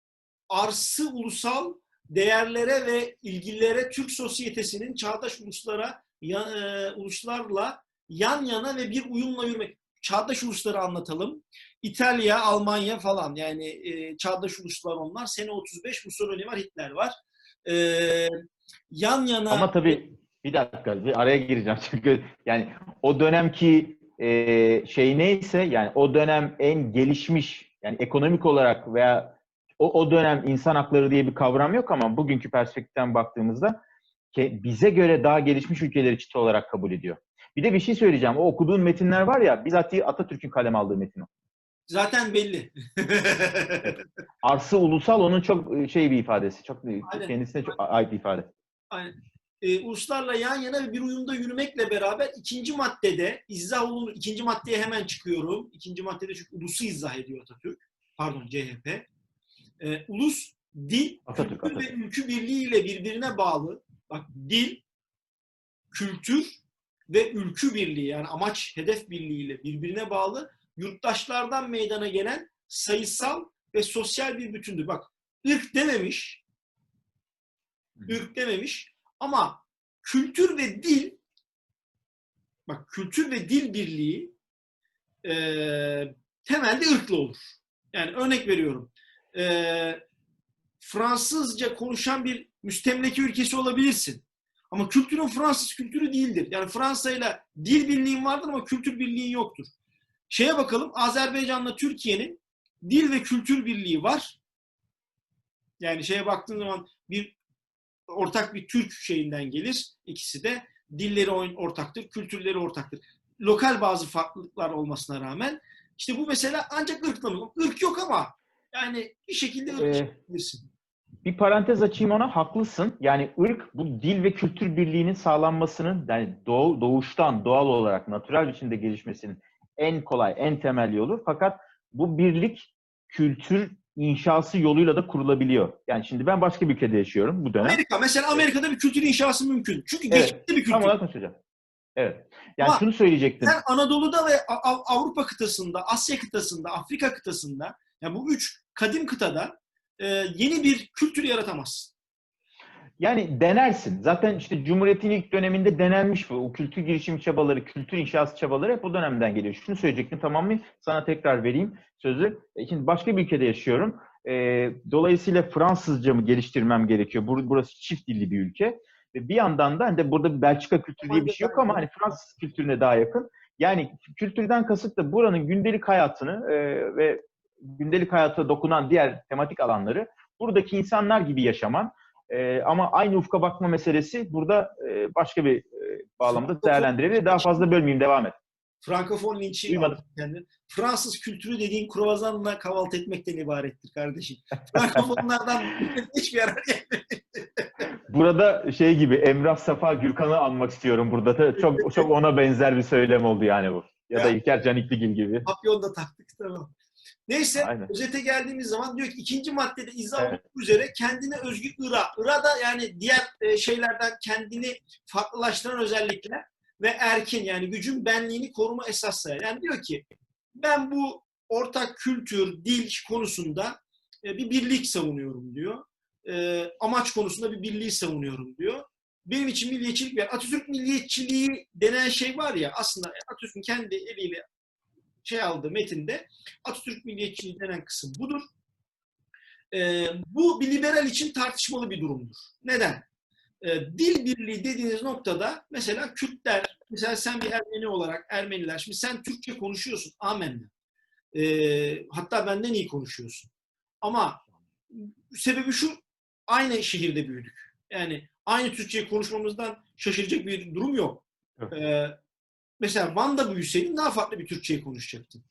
arsı ulusal değerlere ve ilgilere Türk sosyetesinin çağdaş uluslara yan, e, uluslarla yan yana ve bir uyumla yürümek. Çağdaş ulusları anlatalım. İtalya, Almanya falan yani e, çağdaş uluslar onlar. Sene otuz beş Mussolini var, Hitler var. E, yan yana Ama tabii bir dakika bir araya gireceğim çünkü yani o dönemki e, şey neyse yani o dönem en gelişmiş yani ekonomik olarak veya o, o dönem insan hakları diye bir kavram yok ama bugünkü perspektiften baktığımızda bize göre daha gelişmiş ülkeleri çıta olarak kabul ediyor. Bir de bir şey söyleyeceğim. O okuduğun metinler var ya, bizatihi Atatürk'ün kaleme aldığı metin o. Zaten belli. Evet. Arsı ulusal onun çok şey bir ifadesi. Çok Aynen. kendisine çok ait bir ifade. Aynen. E, uluslarla yan yana ve bir uyumda yürümekle beraber ikinci maddede izah olunur. İkinci maddeye hemen çıkıyorum. İkinci maddede çünkü ulusu izah ediyor Atatürk. Pardon C H P. E, ulus, dil, Atatürk, kültür Atatürk. ve ülkü birliğiyle birbirine bağlı. Bak dil, kültür ve ülkü birliği yani amaç, hedef birliğiyle birbirine bağlı yurttaşlardan meydana gelen sayısal ve sosyal bir bütündür. Bak ırk dememiş, ırk dememiş ama kültür ve dil, bak kültür ve dil birliği e, temelde ırkla olur. Yani örnek veriyorum. E, Fransızca konuşan bir müstemleke ülkesi olabilirsin. Ama kültürün Fransız kültürü değildir. Yani Fransa ile dil birliğin vardır ama kültür birliğin yoktur. Şeye bakalım, Azerbaycan'la Türkiye'nin dil ve kültür birliği var. Yani şeye baktığın zaman bir ortak bir Türk şeyinden gelir. İkisi de dilleri ortaktır, kültürleri ortaktır. Lokal bazı farklılıklar olmasına rağmen işte bu mesela ancak ırkla mı? Irk yok ama yani bir şekilde ırk yapabilirsin. Ee, bir parantez açayım ona, haklısın. Yani ırk bu dil ve kültür birliğinin sağlanmasının yani doğ, doğuştan doğal olarak natürel biçimde gelişmesinin en kolay, en temel yolu. Fakat bu birlik kültür inşası yoluyla da kurulabiliyor. Yani şimdi ben başka bir ülkede yaşıyorum bu dönem. Amerika. Mesela Amerika'da bir kültür inşası mümkün. Çünkü Evet, geçmişte bir kültür. tam olarak konuşacağım. Evet. Yani ama şunu söyleyecektim. Sen Anadolu'da ve Avrupa kıtasında, Asya kıtasında, Afrika kıtasında yani bu üç kadim kıtada e, yeni bir kültür yaratamazsın. Yani denersin. Zaten işte Cumhuriyet'in ilk döneminde denenmiş bu. O kültür girişim çabaları, kültür inşası çabaları hep o dönemden geliyor. Şunu söyleyecektim, tamam mı? Sana tekrar vereyim sözü. Şimdi başka bir ülkede yaşıyorum. E, dolayısıyla Fransızcamı geliştirmem gerekiyor. Burası çift dilli bir ülke. Ve bir yandan da hani burada bir Belçika kültürü diye bir şey yok ama hani Fransız kültürüne daha yakın. Yani kültürden kasıt da buranın gündelik hayatını e, ve gündelik hayata dokunan diğer tematik alanları buradaki insanlar gibi yaşaman. Ee, ama aynı ufka bakma meselesi burada e, başka bir e, bağlamda değerlendirebilir. Daha fazla bölmeyeyim, devam et. Frankofon linçi kendini. Fransız kültürü dediğin kruvazanla kahvaltı etmekten ibarettir kardeşim. Frankofonlardan hiçbir yarar gelmedi. Burada şey gibi Emrah Safa Gürkan'ı anmak istiyorum burada da. Çok çok ona benzer bir söylem oldu yani bu. Ya, ya da İlker Canikligil gibi. Papyon da taktık, tamam. Neyse, aynen. özete geldiğimiz zaman diyor ki ikinci maddede izah evet. olduğu üzere kendine özgü ıra. Ira da yani diğer şeylerden kendini farklılaştıran özellikler ve erkin yani gücün benliğini koruma esas sayar. Yani diyor ki ben bu ortak kültür, dil konusunda bir birlik savunuyorum diyor. Amaç konusunda bir birliği savunuyorum diyor. Benim için milliyetçilik var. Atatürk milliyetçiliği denen şey var ya, aslında Atatürk'ün kendi eliyle şey aldığı metinde Atatürk milliyetçiliği denen kısım budur. Ee, bu bir liberal için tartışmalı bir durumdur. Neden? Ee, dil birliği dediğiniz noktada mesela Kürtler, mesela sen bir Ermeni olarak Ermeniler, şimdi sen Türkçe konuşuyorsun, amenna. Ee, hatta benden iyi konuşuyorsun. Ama sebebi şu, aynı şehirde büyüdük. Yani aynı Türkçeyi konuşmamızdan şaşıracak bir durum yok. Ee, mesela Van'da büyüseydin daha farklı bir Türkçeyi konuşacaktın.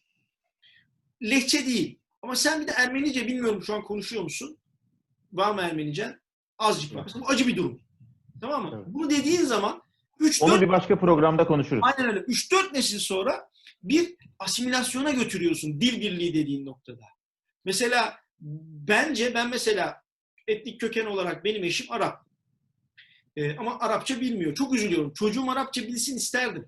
Lehçe değil. Ama sen bir de Ermenice, bilmiyorum şu an konuşuyor musun? Var mı Ermenicen? Azıcık var. Bu acı bir durum. Tamam mı? Evet. Bunu dediğin zaman üç dört Onu bir başka programda konuşuruz. Aynen öyle. üç dört nesil sonra bir asimilasyona götürüyorsun dil birliği dediğin noktada. Mesela bence ben mesela etnik köken olarak benim eşim Arap. Ee, ama Arapça bilmiyor. Çok üzülüyorum. Çocuğum Arapça bilsin isterdim.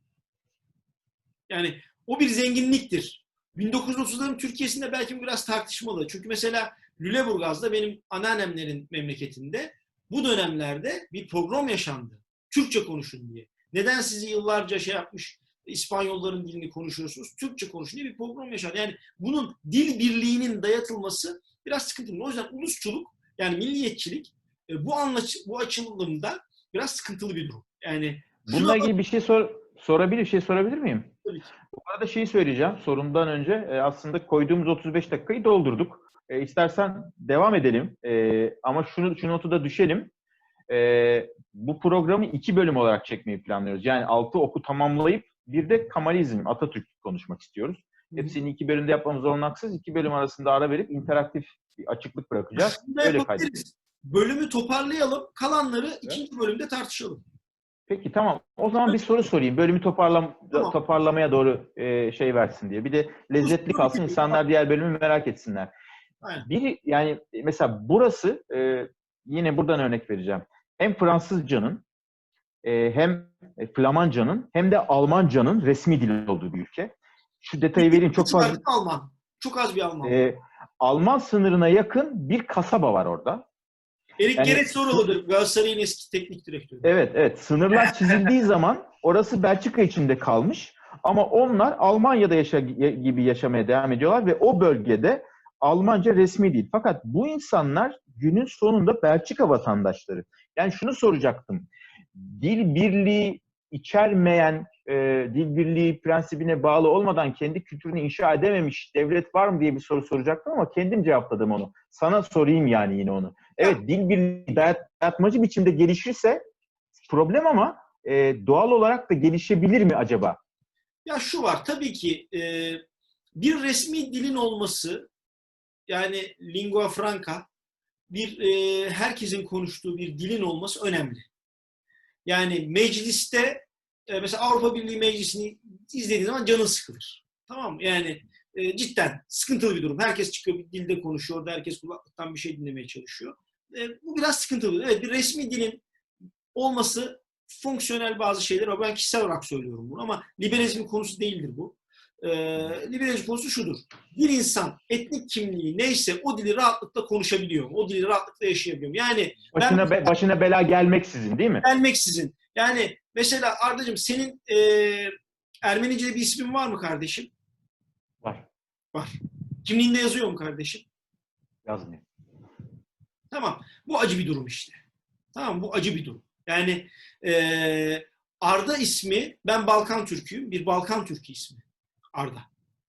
Yani o bir zenginliktir. bin dokuz yüz otuzların Türkiye'sinde belki biraz tartışmalı. Çünkü mesela Lüleburgaz'da benim anneannemlerin memleketinde bu dönemlerde bir program yaşandı. Türkçe konuşun diye. Neden sizi yıllarca şey yapmış İspanyolların dilini konuşuyorsunuz? Türkçe konuşun diye bir program yaşandı. Yani bunun dil birliğinin dayatılması biraz sıkıntılı. O yüzden ulusçuluk yani milliyetçilik bu anlaç bu açılımda biraz sıkıntılı bir durum. Yani bununla ilgili bir şey sor sorabilir bir şey sorabilir miyim? Tabii ki. Bu arada şeyi söyleyeceğim. Sorundan önce e, aslında koyduğumuz otuz beş dakikayı doldurduk. E, istersen devam edelim. E, ama şunu şu notu da düşelim. E, bu programı iki bölüm olarak çekmeyi planlıyoruz. Yani altı oku tamamlayıp bir de Kemalizm, Atatürk konuşmak istiyoruz. Hepsini iki bölümde yapmamız olanaksız. İki bölüm arasında ara verip interaktif bir açıklık bırakacağız. Şunu da Öyle yapabiliriz. kaydedeceğiz. Bölümü toparlayalım. Kalanları Evet. ikinci bölümde tartışalım. Peki tamam. O zaman bir soru sorayım. Bölümü toparlam Tamam. toparlamaya doğru e, şey versin diye. Bir de lezzetli kalsın. İnsanlar diğer bölümü merak etsinler. Aynen. Bir yani mesela burası e, yine buradan örnek vereceğim. Hem Fransızcanın e, hem Flamancanın hem de Almancanın resmi dili olduğu bir ülke. Şu detayı vereyim. Çok fazla Alman. Çok az bir Alman. e, Alman sınırına yakın bir kasaba var orada. Erik Yani, Geretzoroğlu'dur. Galatasaray'ın eski teknik direktörü. Evet, evet. Sınırlar çizildiği zaman orası Belçika içinde kalmış. Ama onlar Almanya'da yaşa gibi yaşamaya devam ediyorlar ve o bölgede Almanca resmi değil. Fakat bu insanlar günün sonunda Belçika vatandaşları. Yani şunu soracaktım. Dil birliği içermeyen, e, dil birliği prensibine bağlı olmadan kendi kültürünü inşa edememiş devlet var mı diye bir soru soracaktım ama kendim cevapladım onu. Sana sorayım yani yine onu. Evet, dil birliği dayat, dayatmacı biçimde gelişirse problem ama e, doğal olarak da gelişebilir mi acaba? Ya şu var, tabii ki e, bir resmi dilin olması, yani lingua franca, bir e, herkesin konuştuğu bir dilin olması önemli. Yani mecliste e, mesela Avrupa Birliği Meclisi'ni izlediğin zaman canın sıkılır. Tamam mı? Yani e, cidden sıkıntılı bir durum. Herkes çıkıyor bir dilde konuşuyor. Orada herkes kulaklıktan bir şey dinlemeye çalışıyor. E, bu biraz sıkıntılı. Evet, bir resmi dilin olması fonksiyonel bazı şeyler ama ben kişisel olarak söylüyorum bunu ama liberalizmin konusu değildir bu. E, liberalizm konusu şudur. Bir insan etnik kimliği neyse o dili rahatlıkla konuşabiliyor mu? O dili rahatlıkla yaşayabiliyor mu? Yani Başına, ben, be, başına bela gelmeksizin değil mi? gelmeksizin. Yani mesela Ardacığım senin e, Ermenice'de bir ismin var mı kardeşim? Var. Var. Kimliğinde yazıyor mu kardeşim? Yazmıyor. Tamam. Bu acı bir durum işte. Tamam, bu acı bir durum. Yani e, Arda ismi, ben Balkan Türk'üyüm. Bir Balkan Türk'ü ismi. Arda.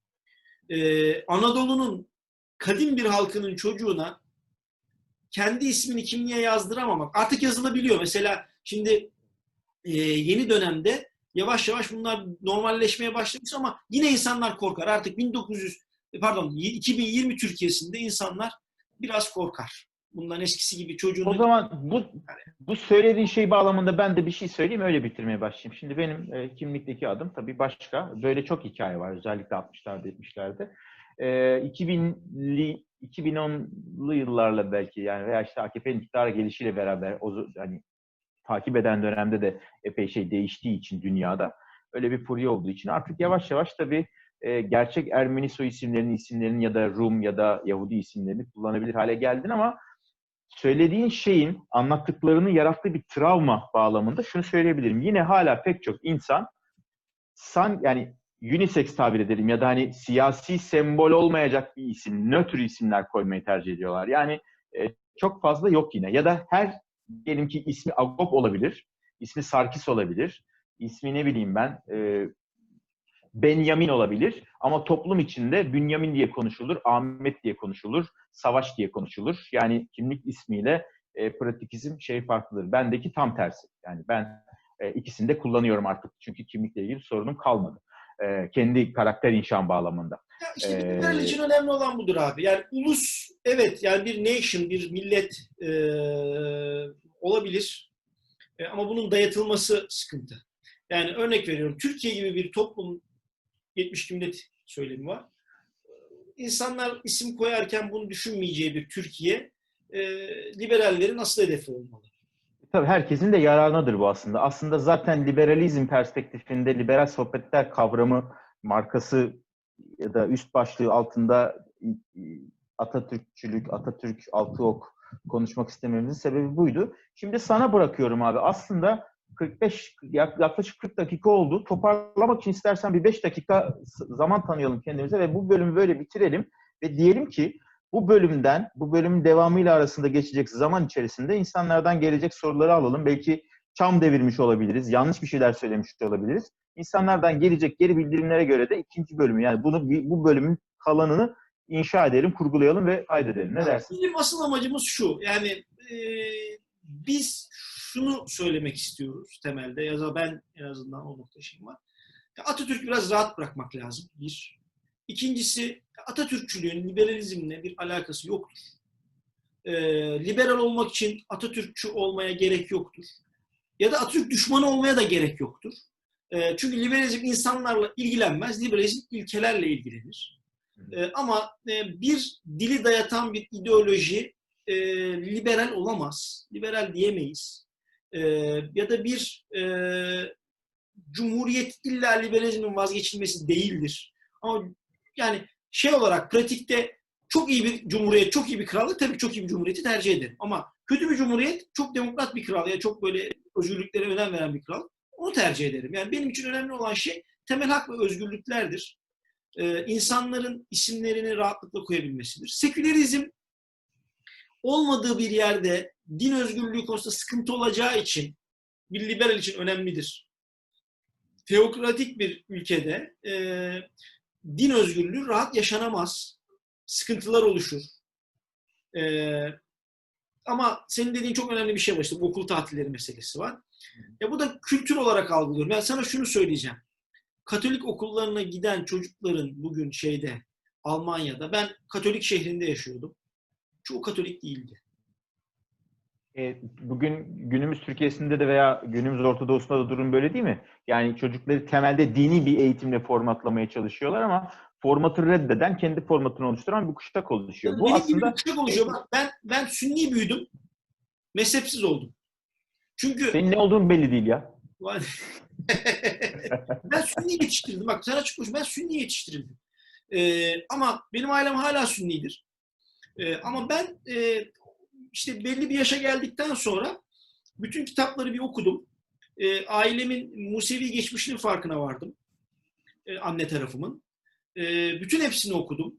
E, Anadolu'nun kadim bir halkının çocuğuna kendi ismini kimliğe yazdıramamak. Artık yazılabiliyor. Mesela şimdi e, yeni dönemde yavaş yavaş bunlar normalleşmeye başlamış ama yine insanlar korkar. Artık bin dokuz yüz pardon iki bin yirmi Türkiye'sinde insanlar biraz korkar. Bundan eskisi gibi çocuğunu... O zaman bu bu söylediğin şey bağlamında ben de bir şey söyleyeyim, öyle bitirmeye başlayayım. Şimdi benim e, kimlikteki adım tabii başka. Böyle çok hikaye var özellikle altmışlarda yetmişlerde. E, iki binli iki bin onlu yıllarla belki yani veya işte A K P'nin iktidara gelişiyle beraber o hani takip eden dönemde de epey şey değiştiği için dünyada öyle bir furya olduğu için artık yavaş yavaş tabii e, gerçek Ermeni soy isimlerinin isimlerinin ya da Rum ya da Yahudi isimlerini kullanabilir hale geldin ama söylediğin şeyin anlattıklarını yarattığı bir travma bağlamında şunu söyleyebilirim. Yine hala pek çok insan san yani unisex tabir edelim ya da hani siyasi sembol olmayacak bir isim, nötr isimler koymayı tercih ediyorlar. Yani e, çok fazla yok yine. Ya da her diyelim ki ismi Agop olabilir, ismi Sarkis olabilir, ismi ne bileyim ben e, Benyamin olabilir ama toplum içinde Bünyamin diye konuşulur, Ahmet diye konuşulur, Savaş diye konuşulur. Yani kimlik ismiyle e, pratik isim şey farklıdır. Bendeki tam tersi. Yani ben e, ikisini de kullanıyorum artık. Çünkü kimlikle ilgili sorunum kalmadı. E, kendi karakter inşam bağlamında. Ya işte bir liberal için önemli olan budur abi. Yani ulus, evet yani bir nation, bir millet e, olabilir. E, ama bunun dayatılması sıkıntı. Yani örnek veriyorum. Türkiye gibi bir toplum, yetmiş millet söylemi var. İnsanlar isim koyarken bunu düşünmeyeceği bir Türkiye, e, liberallerin asıl hedefi olmalı. Tabii herkesin de yararınadır bu aslında. Aslında zaten liberalizm perspektifinde liberal sohbetler kavramı markası ya da üst başlığı altında Atatürkçülük, Atatürk, altı ok konuşmak istememizin sebebi buydu. Şimdi sana bırakıyorum abi. Aslında kırk beş yaklaşık kırk dakika oldu. Toparlamak için istersen bir beş dakika zaman tanıyalım kendimize ve bu bölümü böyle bitirelim ve diyelim ki bu bölümden, bu bölümün devamıyla arasında geçecek zaman içerisinde insanlardan gelecek soruları alalım. Belki çam devirmiş olabiliriz, yanlış bir şeyler söylemiş olabiliriz. İnsanlardan gelecek geri bildirimlere göre de ikinci bölümü, yani bunu bu bölümün kalanını inşa edelim, kurgulayalım ve kaydedelim. Ne dersin? Bizim asıl amacımız şu. Yani e, biz şunu söylemek istiyoruz temelde. Ya da ben en azından o nokta şeyim var. Atatürk'ü biraz rahat bırakmak lazım. Bir. İkincisi, Atatürkçülüğün liberalizmle bir alakası yoktur. E, liberal olmak için Atatürkçü olmaya gerek yoktur. Ya da Atatürk düşmanı olmaya da gerek yoktur. E, çünkü liberalizm insanlarla ilgilenmez. Liberalizm ilkelerle ilgilenir. E, ama e, bir dili dayatan bir ideoloji e, liberal olamaz. Liberal diyemeyiz. E, ya da bir e, cumhuriyet illa liberalizmin vazgeçilmesi değildir. Ama yani şey olarak pratikte çok iyi bir cumhuriyet, çok iyi bir krallık, tabii çok iyi bir cumhuriyeti tercih ederim. Ama kötü bir cumhuriyet, çok demokrat bir kral ya çok böyle özgürlüklere önem veren bir kral, onu tercih ederim. Yani benim için önemli olan şey temel hak ve özgürlüklerdir. Ee, insanların isimlerini rahatlıkla koyabilmesidir. Sekülerizm olmadığı bir yerde din özgürlüğü konusunda sıkıntı olacağı için bir liberal için önemlidir. Teokratik bir ülkede e, din özgürlüğü rahat yaşanamaz. Sıkıntılar oluşur. E, ama senin dediğin çok önemli bir şey var. İşte bu okul tatilleri meselesi var. Ya bu da kültür olarak algılıyorum. Ben sana şunu söyleyeceğim. Katolik okullarına giden çocukların bugün şeyde Almanya'da, ben Katolik şehrinde yaşıyordum. Çoğu Katolik değildi. E, bugün günümüz Türkiye'sinde de veya günümüz Orta Doğu'sunda da durum böyle değil mi? Yani çocukları temelde dini bir eğitimle formatlamaya çalışıyorlar ama formatı reddeden, kendi formatını oluşturan bir kuşak oluşuyor. Yani Bu benim gibi bir aslında kuşak oluşuyor. Bak, ben, ben Sünni büyüdüm. Mezhepsiz oldum. Çünkü senin ne olduğun belli değil ya. ben Sünni yetiştirildim. Bak sana açık konuşayım. Ben Sünni yetiştirildim. Ee, ama benim ailem hala Sünnidir. Ee, ama ben e, işte belli bir yaşa geldikten sonra bütün kitapları bir okudum. Ee, ailemin Musevi geçmişinin farkına vardım. Ee, anne tarafımın. Ee, bütün hepsini okudum.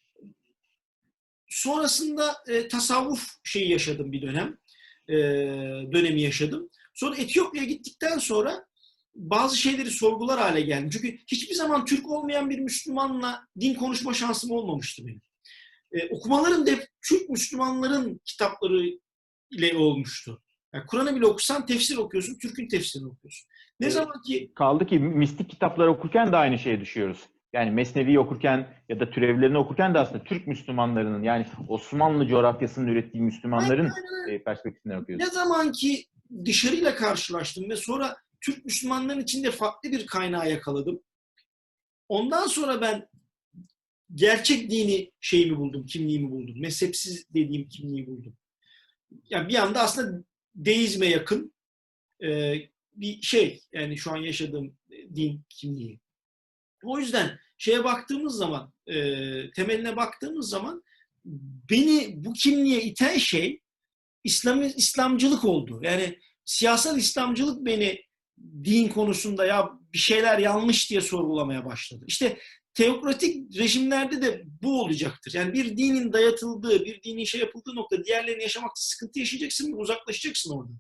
Sonrasında e, tasavvuf şeyi yaşadım bir dönem. E, dönemi yaşadım. Sonra Etiyopya'ya gittikten sonra bazı şeyleri sorgular hale geldim. Çünkü hiçbir zaman Türk olmayan bir Müslümanla din konuşma şansım olmamıştı benim. E, okumalarım da hep Türk Müslümanların kitapları ile olmuştu. Yani Kur'an'ı bile okusan tefsir okuyorsun, Türk'ün tefsirini okuyorsun. Ne Evet. zaman ki Kaldı ki mistik kitapları okurken de aynı şeye düşüyoruz. Yani Mesnevi okurken ya da türevlerini okurken de aslında Türk Müslümanlarının, yani Osmanlı coğrafyasının ürettiği Müslümanların e, perspektifinden okuyoruz. ne zaman ki dışarıyla karşılaştım ve sonra Türk Müslümanların içinde farklı bir kaynağı yakaladım. Ondan sonra ben gerçek dini şeyimi buldum, kimliğimi buldum. Mezhepsiz dediğim kimliği buldum. Yani bir anda aslında deizme yakın e, bir şey. Yani şu an yaşadığım din kimliği. O yüzden şeye baktığımız zaman, e, temeline baktığımız zaman beni bu kimliğe iten şey İslam, İslamcılık oldu. Yani siyasal İslamcılık beni din konusunda ya bir şeyler yanlış diye sorgulamaya başladı. İşte teokratik rejimlerde de bu olacaktır. Yani bir dinin dayatıldığı, bir dinin şey yapıldığı nokta diğerlerini yaşamakta sıkıntı yaşayacaksın ve uzaklaşacaksın oradan.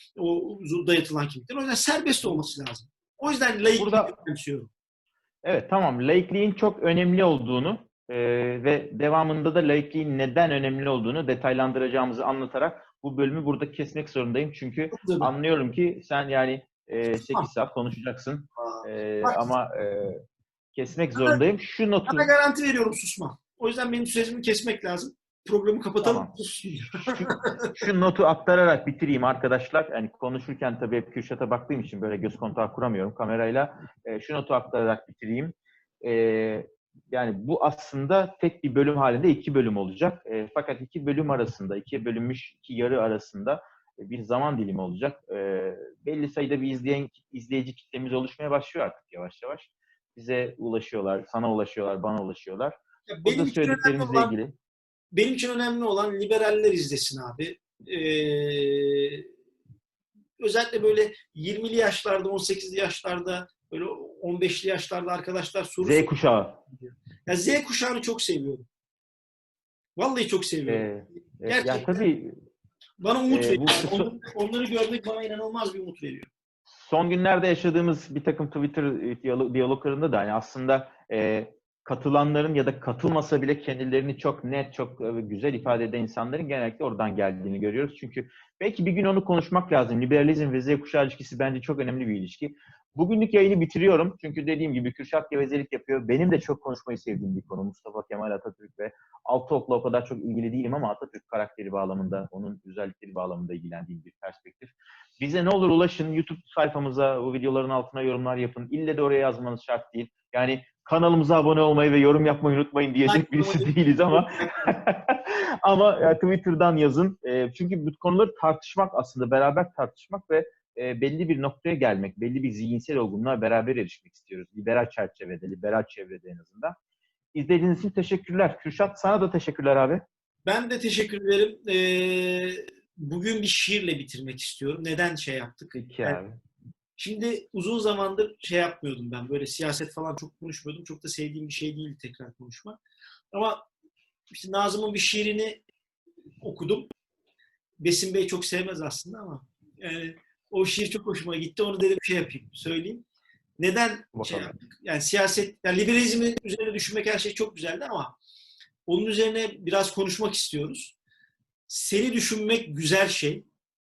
O dayatılan kimlikten. O yüzden serbest olması lazım. O yüzden laikliği Burada önemsiyorum. evet, tamam, laikliğin çok önemli olduğunu e, ve devamında da laikliğin neden önemli olduğunu detaylandıracağımızı anlatarak bu bölümü burada kesmek zorundayım. Çünkü Tabii. anlıyorum ki sen yani e, sekiz Tamam. saat konuşacaksın e, Bak, ama e, kesmek sana, zorundayım. Şu sana notu, garanti veriyorum susma. O yüzden benim sözümü kesmek lazım. Programı kapatalım. tamam. Şu, şu notu aktararak bitireyim arkadaşlar. Yani konuşurken tabii hep Kürşat'a baktığım için böyle göz kontağı kuramıyorum kamerayla. E, şu notu aktararak bitireyim. E, yani bu aslında tek bir bölüm halinde iki bölüm olacak. E, fakat iki bölüm arasında, ikiye bölünmüş iki yarı arasında bir zaman dilimi olacak. E, belli sayıda bir izleyen izleyici kitlemiz oluşmaya başlıyor artık yavaş yavaş. Bize ulaşıyorlar, sana ulaşıyorlar, bana ulaşıyorlar. Ya O da benim için önemli söylediklerimizle olan ilgili. benim için önemli olan liberaller izlesin abi. Ee, özellikle böyle yirmili yaşlarda, on sekizli yaşlarda, böyle on beşli yaşlarda arkadaşlar soru Z soruyor. kuşağı. Ya Z kuşağını çok seviyorum. Vallahi çok E, seviyorum. e, yani Gerçekten tabii bana umut e, bu veriyor. kısa, Onları, onları görmek bana inanılmaz bir umut veriyor. son günlerde yaşadığımız bir takım Twitter diyalog, diyaloglarında da yani aslında e, katılanların ya da katılmasa bile kendilerini çok net, çok e, güzel ifade eden insanların genellikle oradan geldiğini görüyoruz. Çünkü belki bir gün onu konuşmak lazım. Liberalizm ve Z kuşağı ilişkisi bence çok önemli bir ilişki. Bugünlük yayını bitiriyorum. Çünkü dediğim gibi Kürşat gevezelik yapıyor. Benim de çok konuşmayı sevdiğim bir konu. Mustafa Kemal Atatürk ve Altıok'la o kadar çok ilgili değilim ama Atatürk karakteri bağlamında, onun özellikleri bağlamında ilgilendiğim bir perspektif. Bize ne olur ulaşın. YouTube sayfamıza, o videoların altına yorumlar yapın. İlle de oraya yazmanız şart değil. Yani kanalımıza abone olmayı ve yorum yapmayı unutmayın diyecek birisi değiliz ama ama ya, Twitter'dan yazın. E, çünkü bu konuları tartışmak aslında, beraber tartışmak ve e, belli bir noktaya gelmek, belli bir zihinsel olgunluğa beraber erişmek istiyoruz. Liberal çerçevede, liberal çevrede en azından. İzlediğiniz için teşekkürler. Kürşat, sana da teşekkürler abi. Ben de teşekkür ederim. Ee, bugün bir şiirle bitirmek istiyorum. Neden şey yaptık? Peki Yani, abi. şimdi uzun zamandır şey yapmıyordum ben. Böyle siyaset falan çok konuşmuyordum. Çok da sevdiğim bir şey değildi tekrar konuşmak. Ama işte Nazım'ın bir şiirini okudum. Besim Bey çok sevmez aslında ama yani o şiir çok hoşuma gitti. Onu dedim şey yapayım, söyleyeyim. Neden Bakalım. şey yaptık? Yani siyaset, yani liberalizmin üzerine düşünmek her şey çok güzeldi ama onun üzerine biraz konuşmak istiyoruz. Seni düşünmek güzel şey,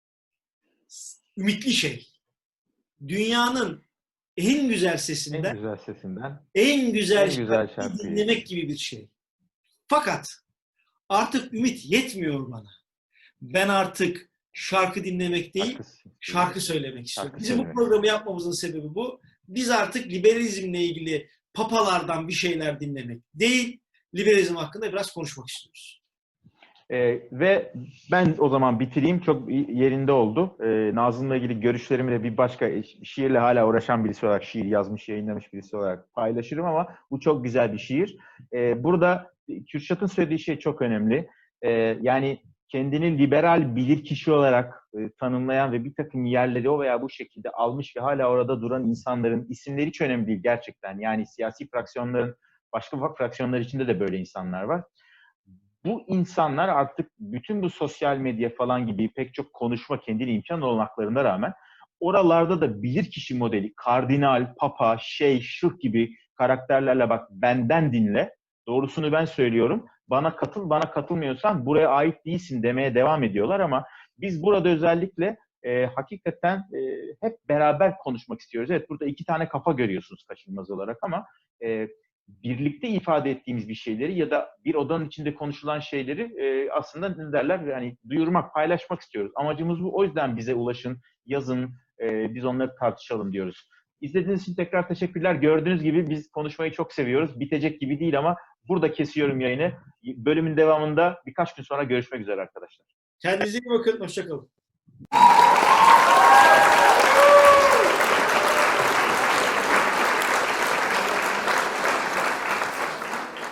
ümitli şey. Dünyanın en güzel sesinden, En güzel sesinden, en güzel en güzel şarkıyı şarkıyı. dinlemek gibi bir şey. Fakat artık ümit yetmiyor bana. Ben artık şarkı dinlemek değil, Haklısın. şarkı söylemek istiyorum. Şarkı Bizim bu söylemek. programı yapmamızın sebebi bu. Biz artık liberalizmle ilgili papalardan bir şeyler dinlemek değil, liberalizm hakkında biraz konuşmak istiyoruz. Ee, ve ben o zaman bitireyim. Çok yerinde oldu. Ee, Nazım'la ilgili görüşlerimi de bir başka şiirle hala uğraşan birisi olarak, şiir yazmış, yayınlamış birisi olarak paylaşırım ama bu çok güzel bir şiir. Ee, burada Kürşat'ın söylediği şey çok önemli. Ee, yani kendini liberal bilirkişi olarak e, tanımlayan ve bir takım yerleri o veya bu şekilde almış ve hala orada duran insanların isimleri hiç önemli değil gerçekten. Yani siyasi fraksiyonların, başka fraksiyonlar içinde de böyle insanlar var. Bu insanlar artık bütün bu sosyal medya falan gibi pek çok konuşma kendine imkan olanaklarına rağmen oralarda da bilirkişi modeli, kardinal, papa, şey, şuh gibi karakterlerle bak benden dinle, doğrusunu ben söylüyorum, bana katıl, bana katılmıyorsan buraya ait değilsin demeye devam ediyorlar ama biz burada özellikle e, hakikaten e, hep beraber konuşmak istiyoruz. Evet, burada iki tane kafa görüyorsunuz kaçınılmaz olarak ama e, birlikte ifade ettiğimiz bir şeyleri ya da bir odanın içinde konuşulan şeyleri e, aslında ne derler yani duyurmak, paylaşmak istiyoruz. Amacımız bu. O yüzden bize ulaşın, yazın, e, biz onları tartışalım diyoruz. İzlediğiniz için tekrar teşekkürler. Gördüğünüz gibi biz konuşmayı çok seviyoruz. Bitecek gibi değil ama burada kesiyorum yayını. Bölümün devamında birkaç gün sonra görüşmek üzere arkadaşlar. Kendinize iyi bakın. Hoşça kalın.